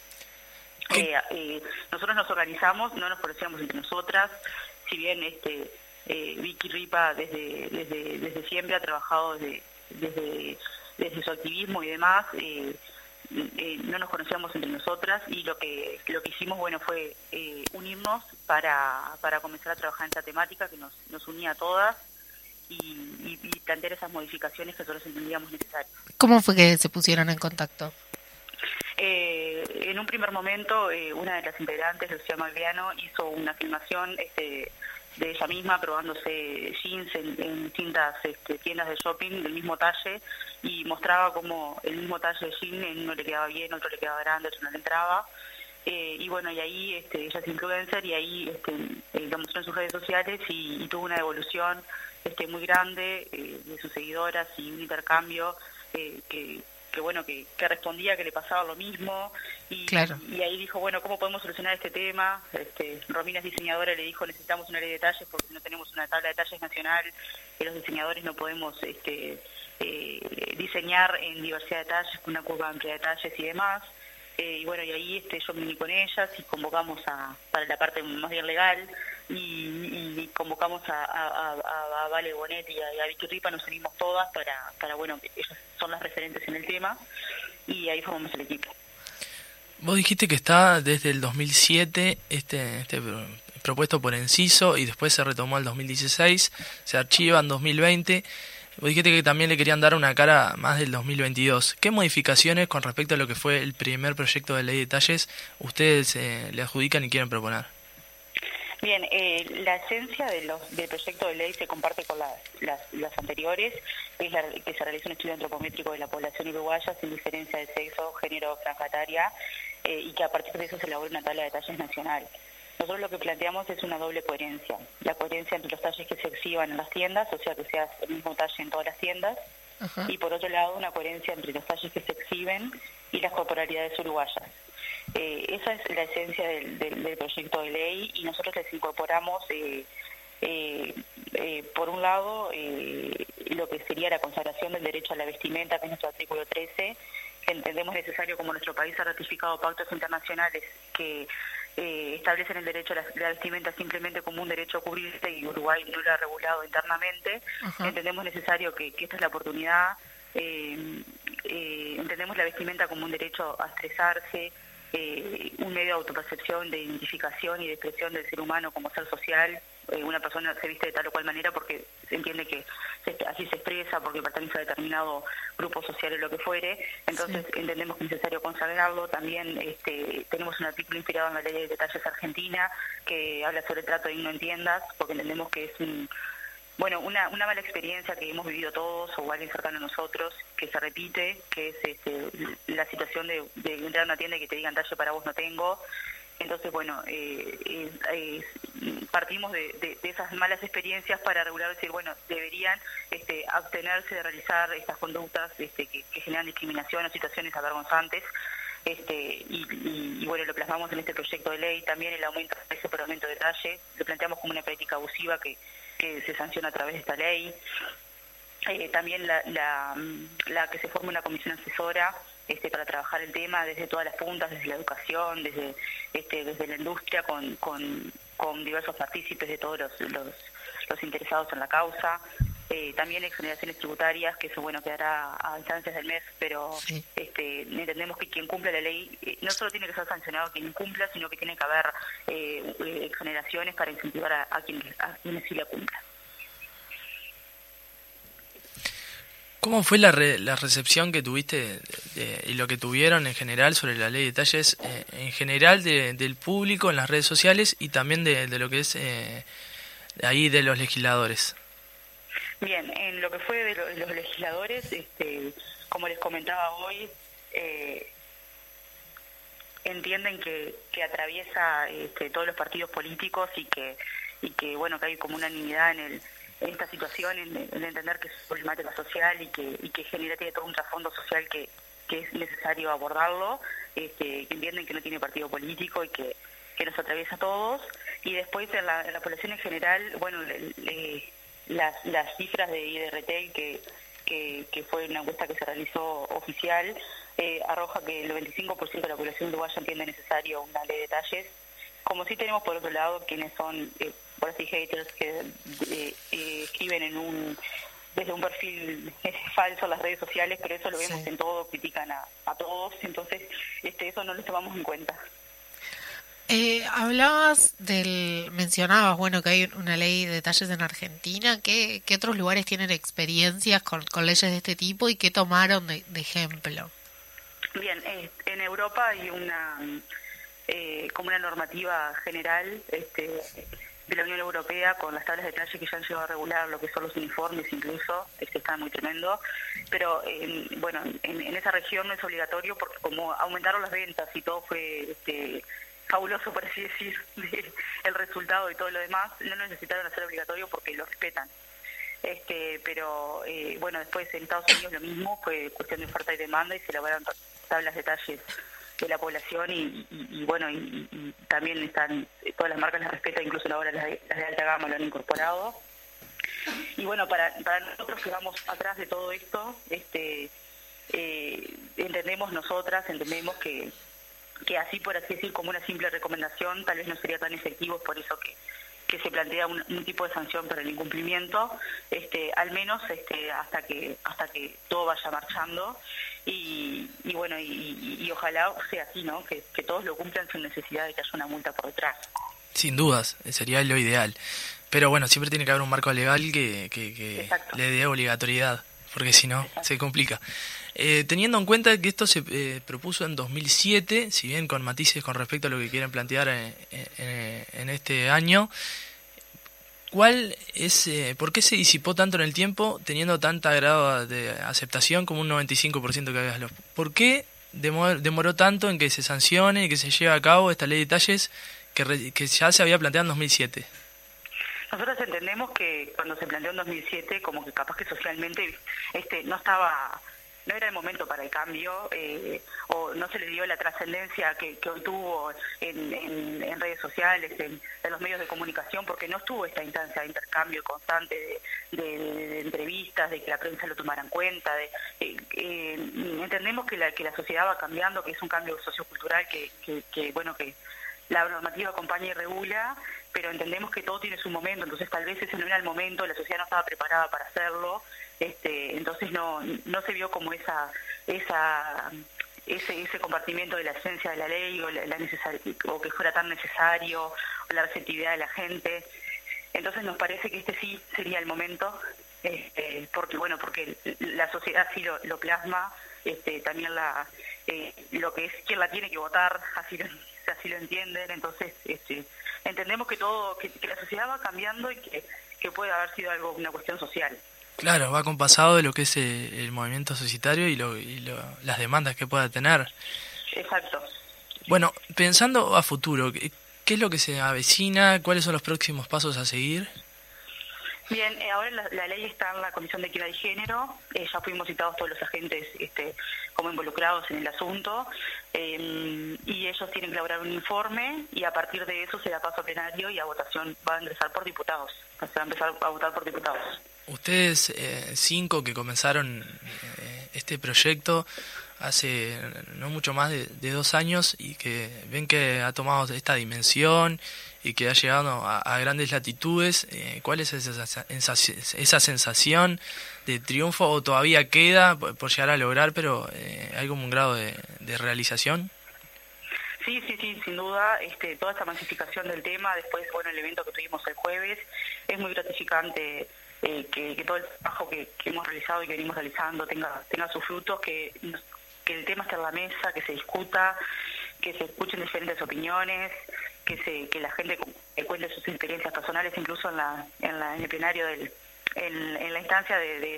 Nosotros nos organizamos, no nos conocíamos entre nosotras, si bien Vicky Ripa desde siempre ha trabajado desde su activismo y demás, no nos conocíamos entre nosotras, y lo que hicimos fue unirnos para comenzar a trabajar en esta temática que nos unía a todas y plantear esas modificaciones que nosotros entendíamos necesarias. ¿Cómo fue que se pusieron en contacto? En un primer momento, una de las integrantes, Lucía Magliano, hizo una filmación de ella misma probándose jeans en distintas tiendas de shopping del mismo talle, y mostraba cómo el mismo talle de jean en uno le quedaba bien, otro le quedaba grande, otro no le entraba. Y ahí ella es influencer, y ahí lo mostró en sus redes sociales y tuvo una evolución muy grande de sus seguidoras, y un intercambio que respondía que le pasaba lo mismo, y, claro. Y ahí dijo, ¿cómo podemos solucionar este tema? Romina es diseñadora, le dijo, necesitamos una ley de talles porque si no tenemos una tabla de talles nacional, los diseñadores no podemos diseñar en diversidad de talles, con una curva amplia de talles y demás. Y ahí yo me uní con ellas y convocamos para la parte más bien legal, y convocamos a Vale Bonet y a Vicky Ripa, nos unimos todas para que ellas son las referentes en el tema, y ahí formamos el equipo. Vos dijiste que está desde el 2007 propuesto por Enciso, y después se retomó el 2016, se archiva en 2020. Vos dijiste que también le querían dar una cara más del 2022. ¿Qué modificaciones con respecto a lo que fue el primer proyecto de ley de talles ustedes le adjudican y quieren proponer? Bien, la esencia del proyecto de ley se comparte con las anteriores, que es que se realiza un estudio antropométrico de la población uruguaya sin diferencia de sexo, género o franja etaria, y que a partir de eso se elabora una tabla de talles nacional. Nosotros lo que planteamos es una doble coherencia. La coherencia entre los talles que se exhiban en las tiendas, o sea, que sea el mismo talle en todas las tiendas, Ajá. y por otro lado una coherencia entre los talles que se exhiben y las corporalidades uruguayas. Esa es la esencia del proyecto de ley, y nosotros les incorporamos, por un lado, lo que sería la consagración del derecho a la vestimenta, que es nuestro artículo 13, que entendemos necesario, como nuestro país ha ratificado pactos internacionales que establecen el derecho a la vestimenta simplemente como un derecho a cubrirse, y Uruguay no lo ha regulado internamente. Ajá. Entendemos necesario que esta es la oportunidad. Entendemos la vestimenta como un derecho a expresarse, un medio de autopercepción, de identificación y de expresión del ser humano como ser social. Una persona se viste de tal o cual manera porque se entiende que así se expresa, porque pertenece a determinado grupo social o lo que fuere. Entonces entendemos que es necesario consagrarlo. También tenemos un artículo inspirado en la Ley de Detalles Argentina que habla sobre el trato digno en tiendas, porque entendemos que es una mala experiencia que hemos vivido todos o alguien cercano a nosotros, que se repite, que es la situación de entrar a una tienda y que te digan talle para vos no tengo. Entonces, partimos de esas malas experiencias para regular, decir, deberían abstenerse de realizar estas conductas que generan discriminación o situaciones avergonzantes. Lo plasmamos en este proyecto de ley. También el aumento de precio por aumento de talle lo planteamos como una práctica abusiva que se sanciona a través de esta ley. También la que se forme una comisión asesora para trabajar el tema desde todas las puntas, desde la educación, desde la industria, con diversos partícipes de todos los interesados en la causa. También exoneraciones tributarias, que eso quedará a instancias del mes, pero Sí. Entendemos que quien cumpla la ley no solo tiene que ser sancionado quien incumpla, sino que tiene que haber exoneraciones para incentivar a quienes sí la cumplan. ¿Cómo fue la recepción que tuviste y lo que tuvieron en general sobre la ley de talles, en general del público en las redes sociales y también de lo que es ahí de los legisladores? Bien, en lo que fue de los legisladores, como les comentaba hoy, entienden que atraviesa todos los partidos políticos y que hay como unanimidad en esta situación, en entender que es problemática social y que tiene todo un trasfondo social que es necesario abordarlo, que entienden que no tiene partido político y que nos atraviesa a todos. Y después en la población en general, las cifras de IDRT que fue una encuesta que se realizó oficial, arroja que el 95% de la población uruguaya entiende necesario una ley de talles. Como sí tenemos por otro lado quienes son por así haters que escriben desde un perfil falso en las redes sociales, pero eso lo vemos Sí. en todo, critican a todos, entonces eso no lo tomamos en cuenta. Mencionabas, que hay una ley de talles en Argentina. ¿Qué otros lugares tienen experiencias con leyes de este tipo y qué tomaron de ejemplo? Bien, en Europa hay como una normativa general de la Unión Europea con las tablas de talle que ya han llegado a regular lo que son los uniformes, incluso, está muy tremendo, pero en esa región no es obligatorio porque como aumentaron las ventas y todo fue fabuloso, por así decir, el resultado y todo lo demás, no lo necesitaron hacer obligatorio porque lo respetan. Después en Estados Unidos lo mismo, fue cuestión de oferta y demanda y se elaboraron tablas de talles de la población y también están todas las marcas las respetan, incluso ahora las de alta gama lo han incorporado. Y para nosotros que vamos atrás de todo esto, entendemos que así, por así decir, como una simple recomendación tal vez no sería tan efectivo, por eso que se plantea un tipo de sanción para el incumplimiento, al menos hasta que todo vaya marchando y ojalá sea así, ¿no? Que todos lo cumplan sin necesidad de que haya una multa por detrás. Sin dudas, sería lo ideal. Pero siempre tiene que haber un marco legal que Exacto. le dé obligatoriedad, porque si no, se complica. Teniendo en cuenta que esto se propuso en 2007, si bien con matices con respecto a lo que quieren plantear en este año, ¿por qué se disipó tanto en el tiempo teniendo tanta grado de aceptación como un 95% que había? ¿Por qué demoró tanto en que se sancione y que se lleve a cabo esta ley de talles que ya se había planteado en 2007. Nosotros entendemos que cuando se planteó en 2007, como que capaz que socialmente no era el momento para el cambio, o no se le dio la trascendencia que hoy tuvo en redes sociales, en los medios de comunicación, porque no estuvo esta instancia de intercambio constante de entrevistas, de que la prensa lo tomara en cuenta. Entendemos que la sociedad va cambiando, que es un cambio sociocultural que la normativa acompaña y regula, pero entendemos que todo tiene su momento, entonces tal vez ese no era el momento, la sociedad no estaba preparada para hacerlo. Entonces no se vio como ese compartimiento de la esencia de la ley o que fuera tan necesario, o la receptividad de la gente. Entonces nos parece que este sí sería el momento, porque la sociedad sí lo plasma, también lo que es quien la tiene que votar, así lo entienden. Entonces entendemos que la sociedad va cambiando y que puede haber sido una cuestión social. Claro, va compasado de lo que es el movimiento societario y las demandas que pueda tener. Exacto. Bueno, pensando a futuro, ¿qué es lo que se avecina? ¿Cuáles son los próximos pasos a seguir? Bien, ahora la ley está en la Comisión de Equidad y Género, ya fuimos citados todos los agentes como involucrados en el asunto, y ellos tienen que elaborar un informe y a partir de eso se da paso a plenario y a votación va a ingresar por diputados, se va a empezar a votar por diputados. Ustedes 5 que comenzaron este proyecto hace no mucho más de 2 años y que ven que ha tomado esta dimensión y que ha llegado a grandes latitudes, ¿cuál es esa sensación de triunfo o todavía queda por llegar a lograr, pero hay como un grado de realización? Sí, sin duda, toda esta masificación del tema, después, el evento que tuvimos el jueves, es muy gratificante que todo el trabajo que hemos realizado y que venimos realizando tenga sus frutos, que el tema esté en la mesa, que se discuta, que se escuchen diferentes opiniones, que la gente cuente sus experiencias personales, incluso en el plenario en la instancia del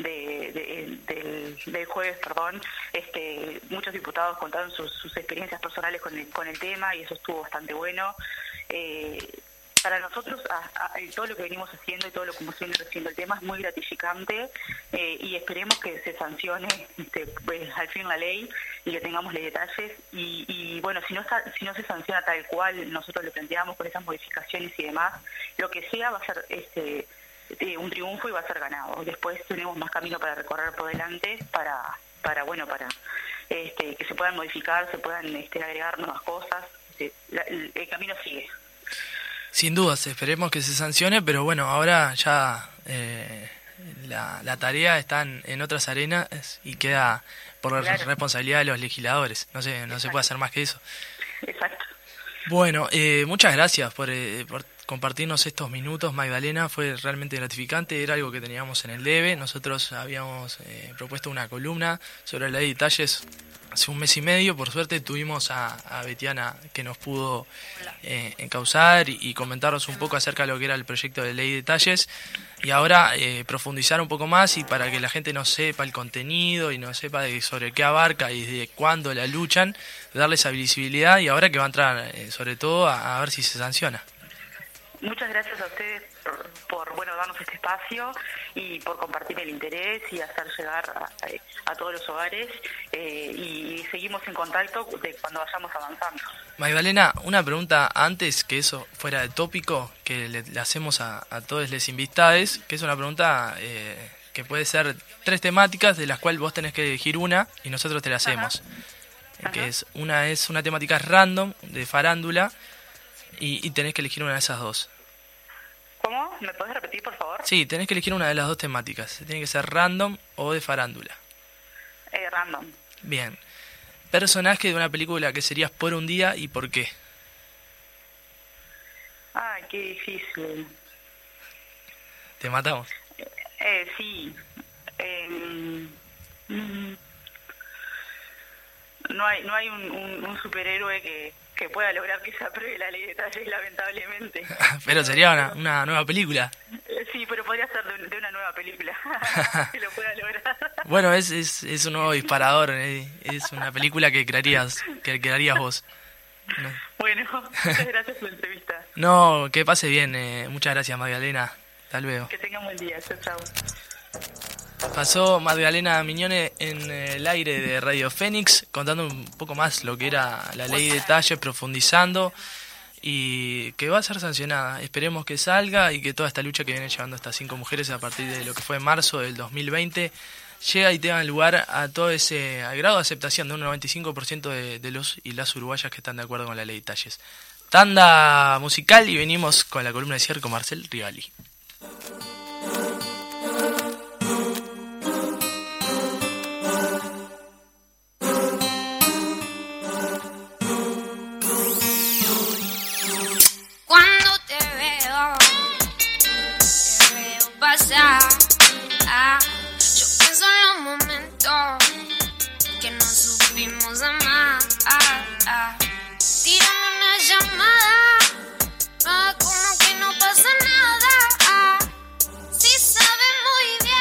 jueves, muchos diputados contaron sus experiencias personales con el tema y eso estuvo bastante bueno. Para nosotros, todo lo que venimos haciendo y todo lo que hemos venido haciendo el tema es muy gratificante y esperemos que se sancione al fin la ley y que tengamos ley de detalles y si no se sanciona tal cual nosotros lo planteamos con esas modificaciones y demás, lo que sea va a ser un triunfo y va a ser ganado. Después tenemos más camino para recorrer por delante para que se puedan modificar, se puedan agregar nuevas cosas. El camino sigue. Sin dudas, esperemos que se sancione, pero bueno, ahora ya la tarea está en otras arenas y queda por responsabilidad de los legisladores. No se puede hacer más que eso. Exacto. Bueno, muchas gracias por compartirnos estos minutos, Magdalena. Fue realmente gratificante, era algo que teníamos en el debe. Nosotros habíamos propuesto una columna sobre la ley de detalles hace 1 mes y medio. Por suerte tuvimos a Betiana que nos pudo encauzar y comentarnos un poco acerca de lo que era el proyecto de ley de detalles y ahora profundizar un poco más y para que la gente no sepa el contenido y no sepa sobre qué abarca y de cuándo la luchan, darle esa visibilidad y ahora que va a entrar sobre todo a ver si se sanciona. Muchas gracias a ustedes por darnos este espacio y por compartir el interés y hacer llegar a todos los hogares y seguimos en contacto de cuando vayamos avanzando. Magdalena, una pregunta antes que eso fuera de tópico que le hacemos a todos los invitados, que es una pregunta que puede ser 3 temáticas de las cuales vos tenés que elegir una y nosotros te la hacemos. Que es una temática random de farándula y tenés que elegir una de esas 2. ¿Cómo? ¿Me podés repetir, por favor? Sí, tenés que elegir una de las 2 temáticas. Tiene que ser random o de farándula. Random. Bien. Personaje de una película que serías por un día y por qué. Ay, qué difícil. ¿Te matamos? Sí. No hay un superhéroe que pueda lograr que se apruebe la ley de detalles, lamentablemente. Pero sería una nueva película. Sí, pero podría ser de una nueva película que lo pueda lograr. Bueno, es un nuevo disparador, es una película que crearías vos. No. Bueno, muchas gracias por la entrevista. No, que pase bien. Muchas gracias, Magdalena. Hasta luego. Que tengan buen día. Chao, chao. Pasó Magdalena Miñone en el aire de Radio Fénix, contando un poco más lo que era la ley de talles, profundizando, y que va a ser sancionada. Esperemos que salga y que toda esta lucha que vienen llevando estas 5 mujeres a partir de lo que fue en marzo del 2020 llega y tenga lugar a todo ese al grado de aceptación de un 95% de los y las uruguayas que están de acuerdo con la ley de talles. Tanda musical y venimos con la columna de cierre con Marcel Rigali. Cuando te veo pasar, yo pienso en los momentos que no supimos amar. Tírame una llamada, como que no pasa nada. Si sabes muy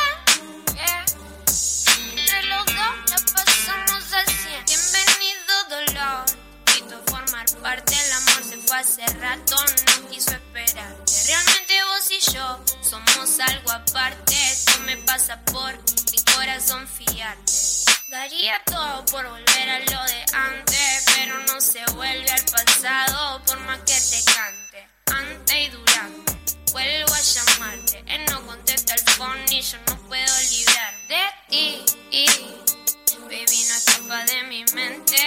bien, entre los dos la pasamos al 100. Bienvenido dolor, quito formar parte. El amor se fue hace rato, no quiso esperar. Que realmente vos y yo somos algo aparte. Esto me pasa por mi corazón fiarte. Daría todo por volver a lo de antes, pero no se vuelve al pasado por más que te cante. Antes y durante, vuelvo a llamarte. Él no contesta el phone y yo no puedo librar de ti. Baby, no escapa de mi mente.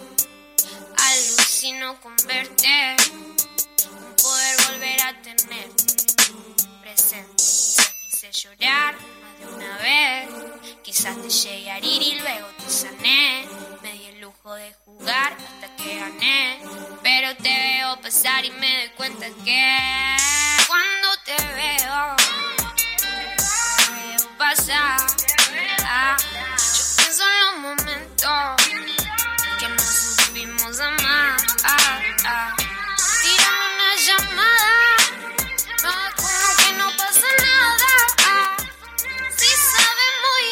Alucino con verte, un poder volver a tenerte presente. Quise llorar más de una vez, quizás te llegué a herir y luego te sané. Me di el lujo de jugar hasta que gané, pero te veo pasar y me doy cuenta que cuando te veo pasar, yo pienso en los momentos que no supimos amar. Tírame una llamada, como que no pasa nada. Si sabes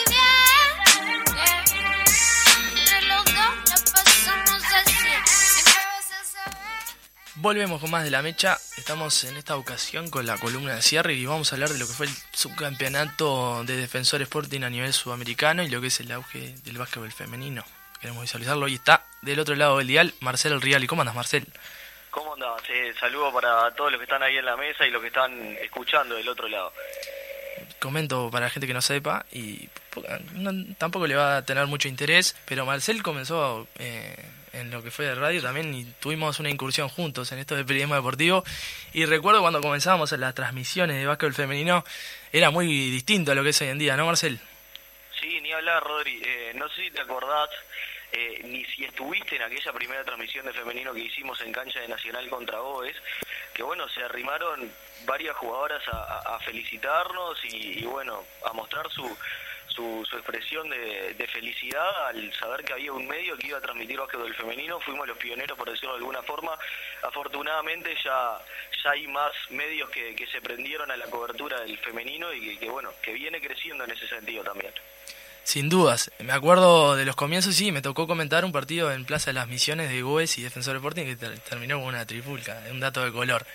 muy bien, entre los dos la pasamos al 100. Siempre vas a saber. Volvemos con más de La Mecha. Estamos en esta ocasión con la columna de cierre y vamos a hablar de lo que fue el subcampeonato de Defensor Sporting a nivel sudamericano y lo que es el auge del básquetbol femenino. Queremos visualizarlo y está del otro lado del dial Marcel Rigali. ¿Cómo andas, Marcel? ¿Cómo andás? Saludo para todos los que están ahí en la mesa y los que están escuchando del otro lado. Comento para la gente que no sepa y tampoco le va a tener mucho interés, pero Marcel comenzó en lo que fue de radio también y tuvimos una incursión juntos en esto de periodismo deportivo y recuerdo cuando comenzábamos en las transmisiones de básquetbol femenino era muy distinto a lo que es hoy en día, ¿no, Marcel? Sí, ni hablar, Rodri. No sé si te acordás ni si estuviste en aquella primera transmisión de femenino que hicimos en cancha de Nacional contra Boves, que bueno, se arrimaron varias jugadoras a felicitarnos y bueno, a mostrar su expresión de felicidad al saber que había un medio que iba a transmitir básquetbol femenino. Fuimos los pioneros, por decirlo de alguna forma. Afortunadamente ya hay más medios que se prendieron a la cobertura del femenino y que bueno, que viene creciendo en ese sentido también. Sin dudas, me acuerdo de los comienzos, sí, me tocó comentar un partido en Plaza de las Misiones de Goes y Defensor Sporting que terminó con una trifulca, un dato de color.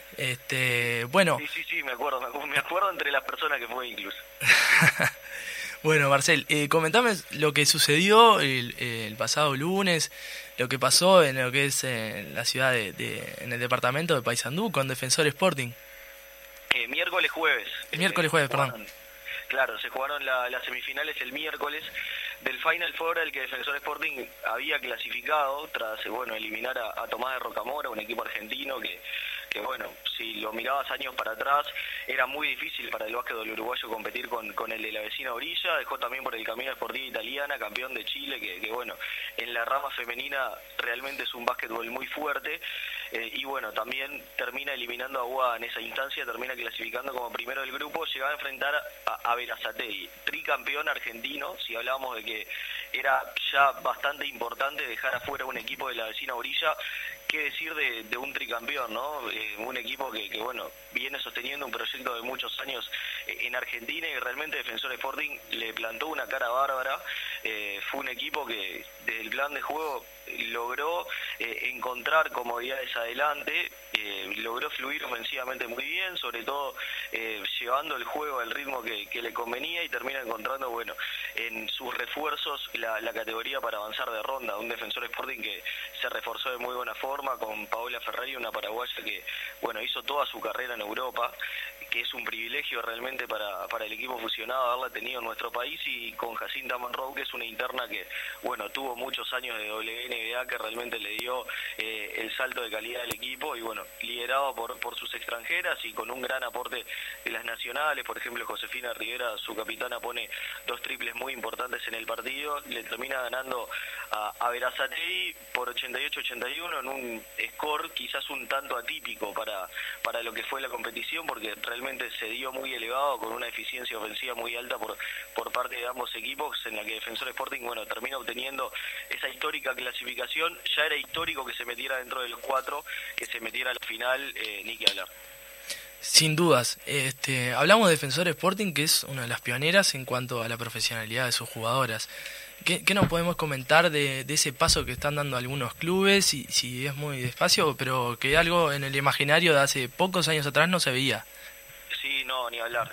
Bueno. Sí, me acuerdo entre las personas que fue incluso. Bueno, Marcel, comentame lo que sucedió el pasado lunes, lo que pasó en lo que es la ciudad en el departamento de Paysandú con Defensor Sporting. Miércoles jueves, perdón. Claro, se jugaron las semifinales el miércoles del Final Four al que Defensor Sporting había clasificado tras eliminar a Tomás de Rocamora, un equipo argentino que bueno, si lo mirabas años para atrás, era muy difícil para el básquetbol uruguayo competir con el de la vecina orilla. Dejó también por el camino a Sportiva Italiana, campeón de Chile, que bueno, en la rama femenina realmente es un básquetbol muy fuerte. Y bueno, también termina eliminando a UA en esa instancia, termina clasificando como primero del grupo, llegaba a enfrentar a Berazategui, tricampeón argentino. Si hablábamos de que era ya bastante importante dejar afuera un equipo de la vecina orilla, qué decir de un tricampeón, ¿no? Un equipo que bueno, viene sosteniendo un proyecto de muchos años en Argentina y realmente Defensor Sporting le plantó una cara bárbara. Fue un equipo que desde el plan de juego logró encontrar comodidades adelante, logró fluir ofensivamente muy bien, sobre todo llevando el juego al ritmo que le convenía, y termina encontrando, bueno, en sus refuerzos la categoría para avanzar de ronda. Un Defensor Sporting que se reforzó de muy buena forma con Paola Ferrari, una paraguaya que, bueno, hizo toda su carrera en Europa, que es un privilegio realmente para el equipo fusionado haberla tenido en nuestro país, y con Jacinta Monroe, que es una interna que, bueno, tuvo muchos años de WNBA, que realmente le dio el salto de calidad del equipo, y bueno, liderado por sus extranjeras y con un gran aporte de las nacionales. Por ejemplo, Josefina Rivera, su capitana, pone 2 triples muy importantes en el partido, le termina ganando a Berazategui por 88-81 en un score quizás un tanto atípico para lo que fue la competición, porque realmente se dio muy elevado, con una eficiencia ofensiva muy alta por parte de ambos equipos, en la que Defensor Sporting, bueno, termina obteniendo esa histórica clasificación. Ya era histórico que se metiera dentro de los 4, que se metiera a la final, ni que hablar. Sin dudas. Hablamos de Defensor Sporting, que es una de las pioneras en cuanto a la profesionalidad de sus jugadoras. ¿Qué nos podemos comentar de ese paso que están dando algunos clubes? Y si es muy despacio, pero que algo en el imaginario de hace pocos años atrás no se veía. Sí, no, ni hablar.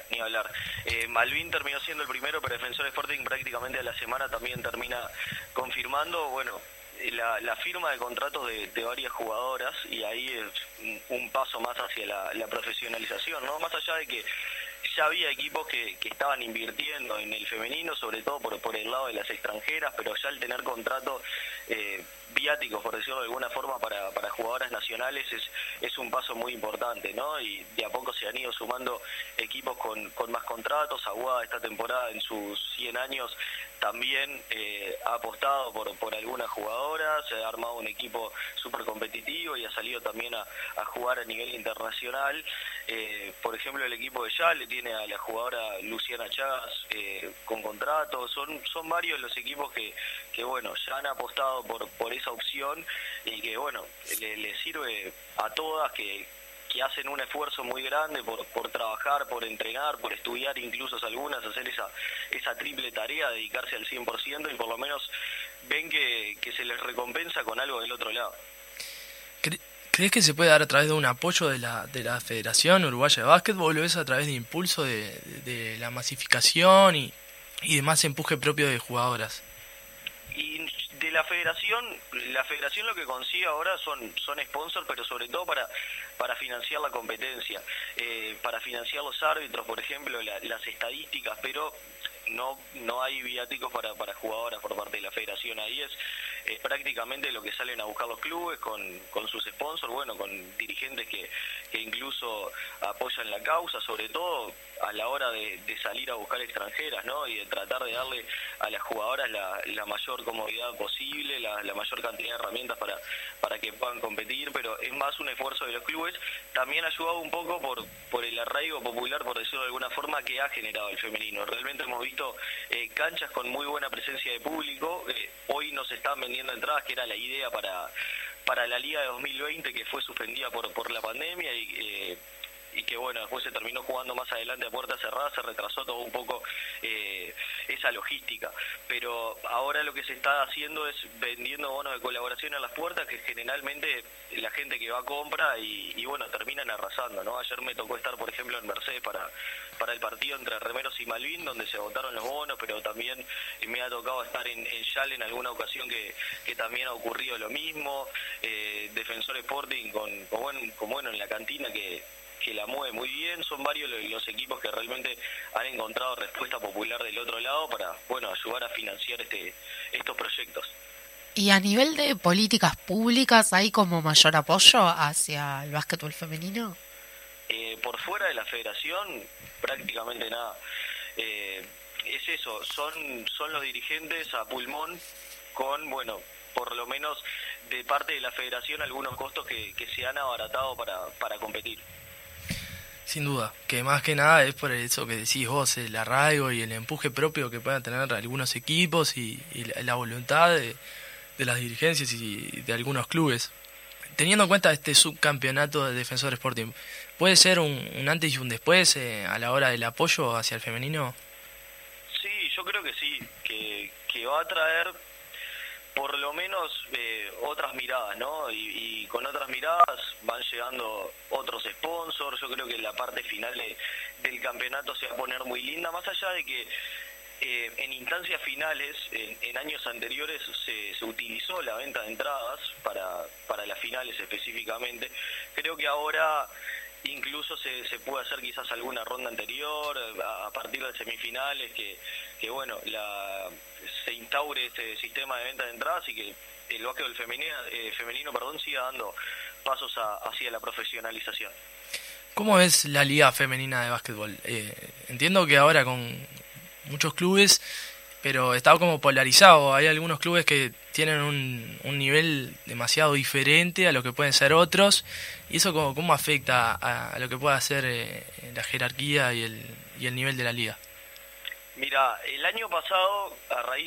Malvin terminó siendo el primero, pero Defensor Sporting prácticamente a la semana también termina confirmando, bueno, la firma de contratos de varias jugadoras, y ahí es un paso más hacia la profesionalización, ¿no? Más allá de que ya había equipos que estaban invirtiendo en el femenino, sobre todo por el lado de las extranjeras, pero ya al tener contratos viáticos, por decirlo de alguna forma, para jugadoras nacionales es un paso muy importante, ¿no? Y de a poco se han ido sumando equipos con más contratos. Aguada esta temporada, en sus 100 años, también ha apostado por algunas jugadoras, se ha armado un equipo súper competitivo y ha salido también a jugar a nivel internacional. Por ejemplo, el equipo de Yale tiene a la jugadora Luciana Chagas con contrato. Son varios los equipos que bueno, ya han apostado por esa opción, y que bueno, le sirve a todas, que hacen un esfuerzo muy grande por trabajar, por entrenar, por estudiar, incluso algunas, hacer esa triple tarea, dedicarse al 100%, y por lo menos ven que se les recompensa con algo del otro lado. ¿Crees que se puede dar a través de un apoyo de la Federación Uruguaya de Básquetbol, o es a través de impulso de la masificación y de más empuje propio de jugadoras? Y de la federación lo que consigue ahora son sponsors, pero sobre todo para financiar la competencia, para financiar los árbitros, por ejemplo, las estadísticas, pero no hay viáticos para jugadoras por parte de la federación. Ahí es prácticamente lo que salen a buscar los clubes con sus sponsors, bueno, con dirigentes que incluso apoyan la causa, sobre todo a la hora de salir a buscar extranjeras, ¿no? Y de tratar de darle a las jugadoras la mayor comodidad posible, la mayor cantidad de herramientas para que puedan competir, pero es más un esfuerzo de los clubes. También ha ayudado un poco por el arraigo popular, por decirlo de alguna forma, que ha generado el femenino. Realmente hemos visto canchas con muy buena presencia de público. Hoy nos están vendiendo entradas, que era la idea para la Liga de 2020, que fue suspendida por la pandemia, y que bueno, después se terminó jugando más adelante a puerta cerrada, se retrasó todo un poco esa logística. Pero ahora lo que se está haciendo es vendiendo bonos de colaboración a las puertas, que generalmente la gente que va compra y bueno, terminan arrasando, ¿no? Ayer me tocó estar, por ejemplo, en Mercedes para el partido entre Remeros y Malvin, donde se votaron los bonos, pero también me ha tocado estar en Yale en alguna ocasión que también ha ocurrido lo mismo. Defensor Sporting con bueno, en la cantina que la mueve muy bien. Son varios los equipos que realmente han encontrado respuesta popular del otro lado para, bueno, ayudar a financiar estos proyectos. ¿Y a nivel de políticas públicas hay como mayor apoyo hacia el básquetbol femenino? Por fuera de la federación, prácticamente nada. Es eso, son los dirigentes a pulmón con, bueno, por lo menos de parte de la federación, algunos costos que se han abaratado para competir. Sin duda, que más que nada es por eso que decís vos, el arraigo y el empuje propio que puedan tener algunos equipos y la voluntad de las dirigencias y de algunos clubes. Teniendo en cuenta este subcampeonato de Defensor Sporting, ¿puede ser un antes y un después a la hora del apoyo hacia el femenino? Sí, yo creo que sí, que va a traer por lo menos otras miradas, ¿no? Y con otras miradas van llegando otros sponsors. Yo creo que la parte final del campeonato se va a poner muy linda, más allá de que en instancias finales, en años anteriores, se utilizó la venta de entradas para las finales específicamente. Creo que ahora incluso se puede hacer quizás alguna ronda anterior, a partir de semifinales, que bueno, se instaure este sistema de venta de entradas y que el básquetbol femenino siga dando pasos hacia la profesionalización. ¿Cómo es la liga femenina de básquetbol? Entiendo que ahora con muchos clubes, pero está como polarizado. Hay algunos clubes que tienen un nivel demasiado diferente a lo que pueden ser otros, y eso cómo afecta a lo que pueda ser la jerarquía y el nivel de la liga. Mira, el año pasado, a raíz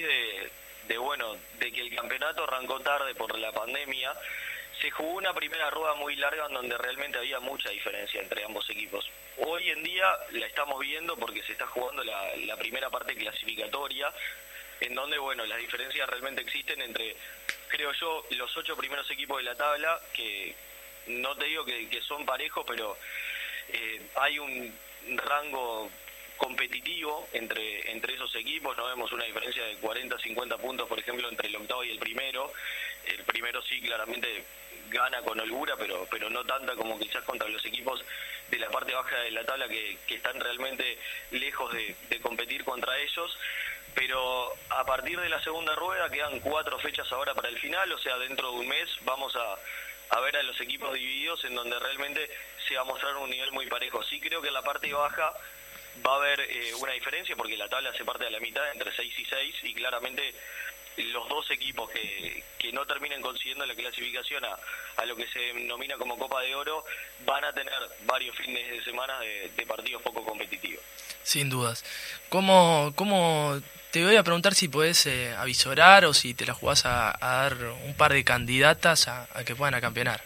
de que el campeonato arrancó tarde por la pandemia, se jugó una primera rueda muy larga en donde realmente había mucha diferencia entre ambos equipos. Hoy en día la estamos viendo porque se está jugando la primera parte clasificatoria, en donde, bueno, las diferencias realmente existen entre, creo yo, los 8 primeros equipos de la tabla, que no te digo que son parejos, pero hay un rango competitivo entre esos equipos. No vemos una diferencia de 40-50 puntos, por ejemplo, entre el octavo y el primero. El primero sí, claramente gana con holgura, pero no tanta como quizás contra los equipos de la parte baja de la tabla que están realmente lejos de competir contra ellos. Pero a partir de la segunda rueda quedan 4 fechas ahora para el final, o sea, dentro de un mes vamos a ver a los equipos divididos, en donde realmente se va a mostrar un nivel muy parejo. Sí creo que en la parte baja va a haber una diferencia, porque la tabla se parte a la mitad, entre 6 y 6, y claramente los dos equipos que no terminen consiguiendo la clasificación a lo que se denomina como Copa de Oro van a tener varios fines de semana de partidos poco competitivos. Sin dudas. ¿Cómo te voy a preguntar si podés avisorar o si te la jugás a dar un par de candidatas a que puedan a campeonar?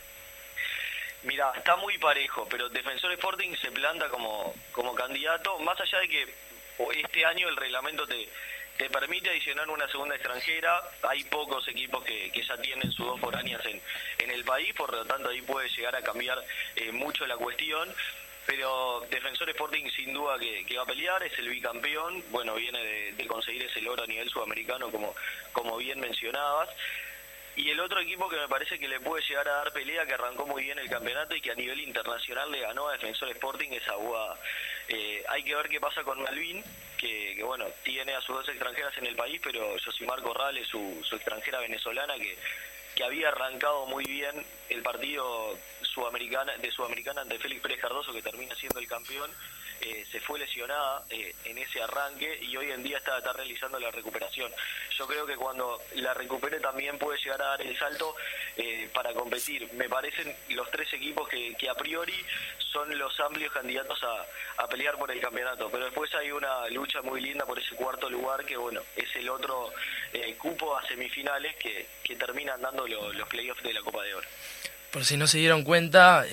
Mira, está muy parejo, pero Defensor Sporting se planta como candidato, más allá de que este año el reglamento te permite adicionar una segunda extranjera. Hay pocos equipos que ya tienen sus 2 foráneas en el país, por lo tanto ahí puede llegar a cambiar mucho la cuestión. Pero Defensor Sporting sin duda que va a pelear, es el bicampeón, bueno, viene de conseguir ese logro a nivel sudamericano, como bien mencionabas. Y el otro equipo que me parece que le puede llegar a dar pelea, que arrancó muy bien el campeonato y que a nivel internacional le ganó a Defensor Sporting, es Aguada. Hay que ver qué pasa con Malvin, que bueno, tiene a sus 2 extranjeras en el país, pero Josimar Corrales, su extranjera venezolana, que había arrancado muy bien el partido sudamericana ante Félix Pérez Cardoso, que termina siendo el campeón, se fue lesionada en ese arranque y hoy en día está realizando la recuperación. Yo creo que cuando la recupere también puede llegar a dar el salto para competir. Me parecen los 3 equipos que a priori son los amplios candidatos a pelear por el campeonato, pero después hay una lucha muy linda por ese 4º lugar, que bueno, es el otro cupo a semifinales que terminan dando los playoffs de la Copa de Oro. Por si no se dieron cuenta,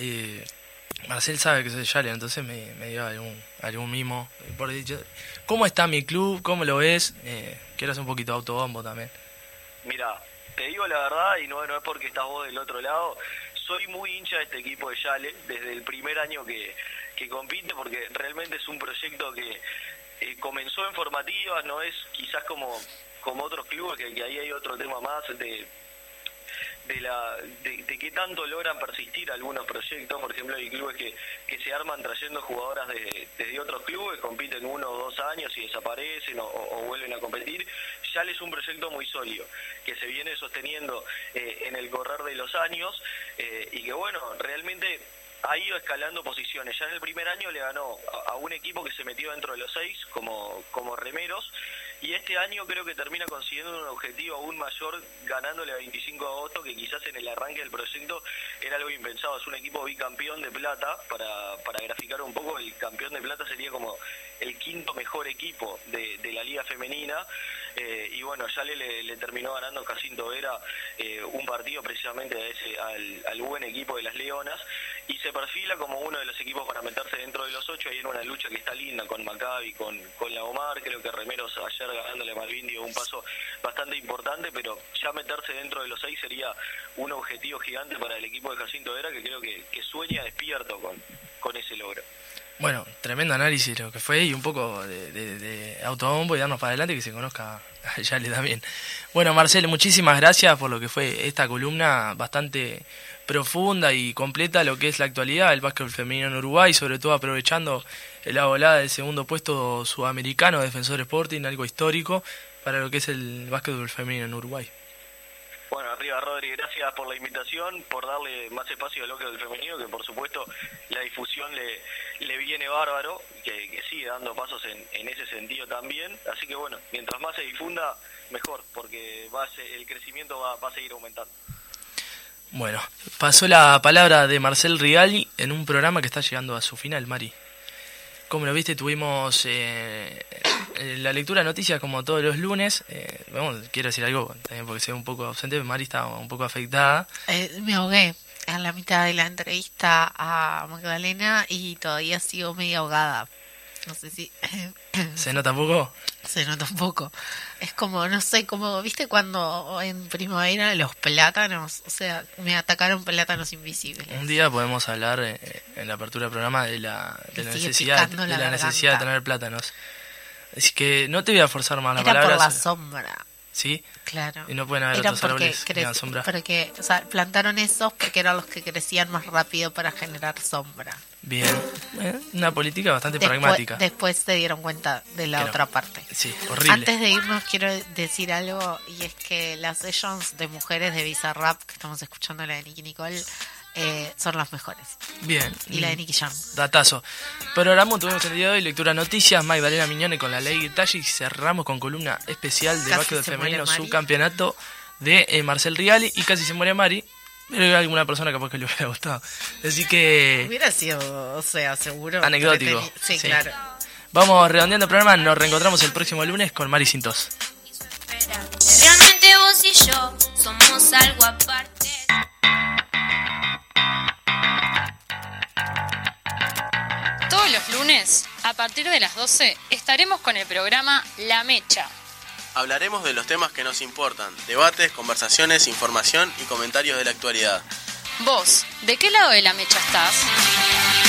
Marcel sabe que soy Yale, entonces me dio algún mimo por dicho. ¿Cómo está mi club? ¿Cómo lo ves? Quiero hacer un poquito de autobombo también. Mira, te digo la verdad, y no es porque estás vos del otro lado, soy muy hincha de este equipo de Yale desde el primer año que compite, porque realmente es un proyecto que comenzó en formativas, no es quizás como otros clubes, que ahí hay otro tema más de qué tanto logran persistir algunos proyectos. Por ejemplo, hay clubes que se arman trayendo jugadoras desde otros clubes, compiten 1 o 2 años y desaparecen o vuelven a competir. Ya es un proyecto muy sólido, que se viene sosteniendo en el correr de los años y que bueno, realmente ha ido escalando posiciones. Ya en el primer año le ganó a un equipo que se metió dentro de los 6 como remeros, y este año creo que termina consiguiendo un objetivo aún mayor, ganándole a 25 de agosto, que quizás en el arranque del proyecto era algo impensado. Es un equipo bicampeón de plata. Para graficar un poco, el campeón de plata sería como el 5º mejor equipo de la liga femenina, y bueno, Yale le terminó ganando Jacinto Vera un partido precisamente al buen equipo de las Leonas, y se perfila como uno de los equipos para meterse dentro de los 8, ahí en una lucha que está linda con Maccabi, con la Omar. Creo que Remeros ayer ganándole a Malvin dio un paso bastante importante, pero ya meterse dentro de los 6 sería un objetivo gigante para el equipo de Jacinto Vera, que creo que sueña despierto con ese logro. Bueno, tremendo análisis lo que fue, y un poco de autobombo y darnos para adelante, que se conozca a Yale también. Bueno, Marcelo, muchísimas gracias por lo que fue esta columna bastante profunda y completa, lo que es la actualidad del básquetbol femenino en Uruguay, sobre todo aprovechando la volada del segundo puesto sudamericano de Defensor Sporting, algo histórico para lo que es el básquetbol femenino en Uruguay. Bueno, arriba Rodri, gracias por la invitación, por darle más espacio al básquetbol femenino, que por supuesto la difusión le viene bárbaro, que sigue dando pasos en ese sentido también. Así que bueno, mientras más se difunda, mejor, porque el crecimiento va a seguir aumentando. Bueno, pasó la palabra de Marcel Rigali en un programa que está llegando a su final, Mari. Como lo viste, tuvimos la lectura de noticias como todos los lunes. Quiero decir algo, también porque soy un poco ausente, Mari estaba un poco afectada. Me ahogué en la mitad de la entrevista a Magdalena y todavía sigo medio ahogada. No sé si... ¿Se nota poco? Se nota un poco. Es como, no sé, como, ¿viste cuando en primavera los plátanos? O sea, me atacaron plátanos invisibles. Un día podemos hablar en la apertura del programa de la necesidad de tener plátanos. Así que no te voy a forzar más la palabra. Era por la sombra. ¿Sí? Claro. Y no pueden haber otros árboles que tengan sombra. Porque, o sea, plantaron esos porque eran los que crecían más rápido para generar sombra. Bien. Una política bastante pragmática. Después se dieron cuenta de la otra parte. Sí, horrible. Antes de irnos quiero decir algo, y es que las sessions de mujeres de Bizarrap, que estamos escuchando la de Nicky Nicole, son las mejores. Bien. Y la de Nicky Jam. Datazo. Programa tuvimos el día de hoy, lectura noticias, Magdalena Miñone con la ley de detalle, y cerramos con columna especial de básquetbol femenino, subcampeonato de Marcel Rigali, y casi se muere Mari, pero hay alguna persona capaz que le hubiera gustado. Así que... Hubiera sido, o sea, seguro. Anecdótico. Sí, claro. Vamos redondeando el programa, nos reencontramos el próximo lunes con Mari Sin Tos. Realmente vos y yo somos algo aparte. Todos los lunes, a partir de las 12, estaremos con el programa La Mecha. Hablaremos de los temas que nos importan, debates, conversaciones, información y comentarios de la actualidad. Vos, ¿de qué lado de la mecha estás?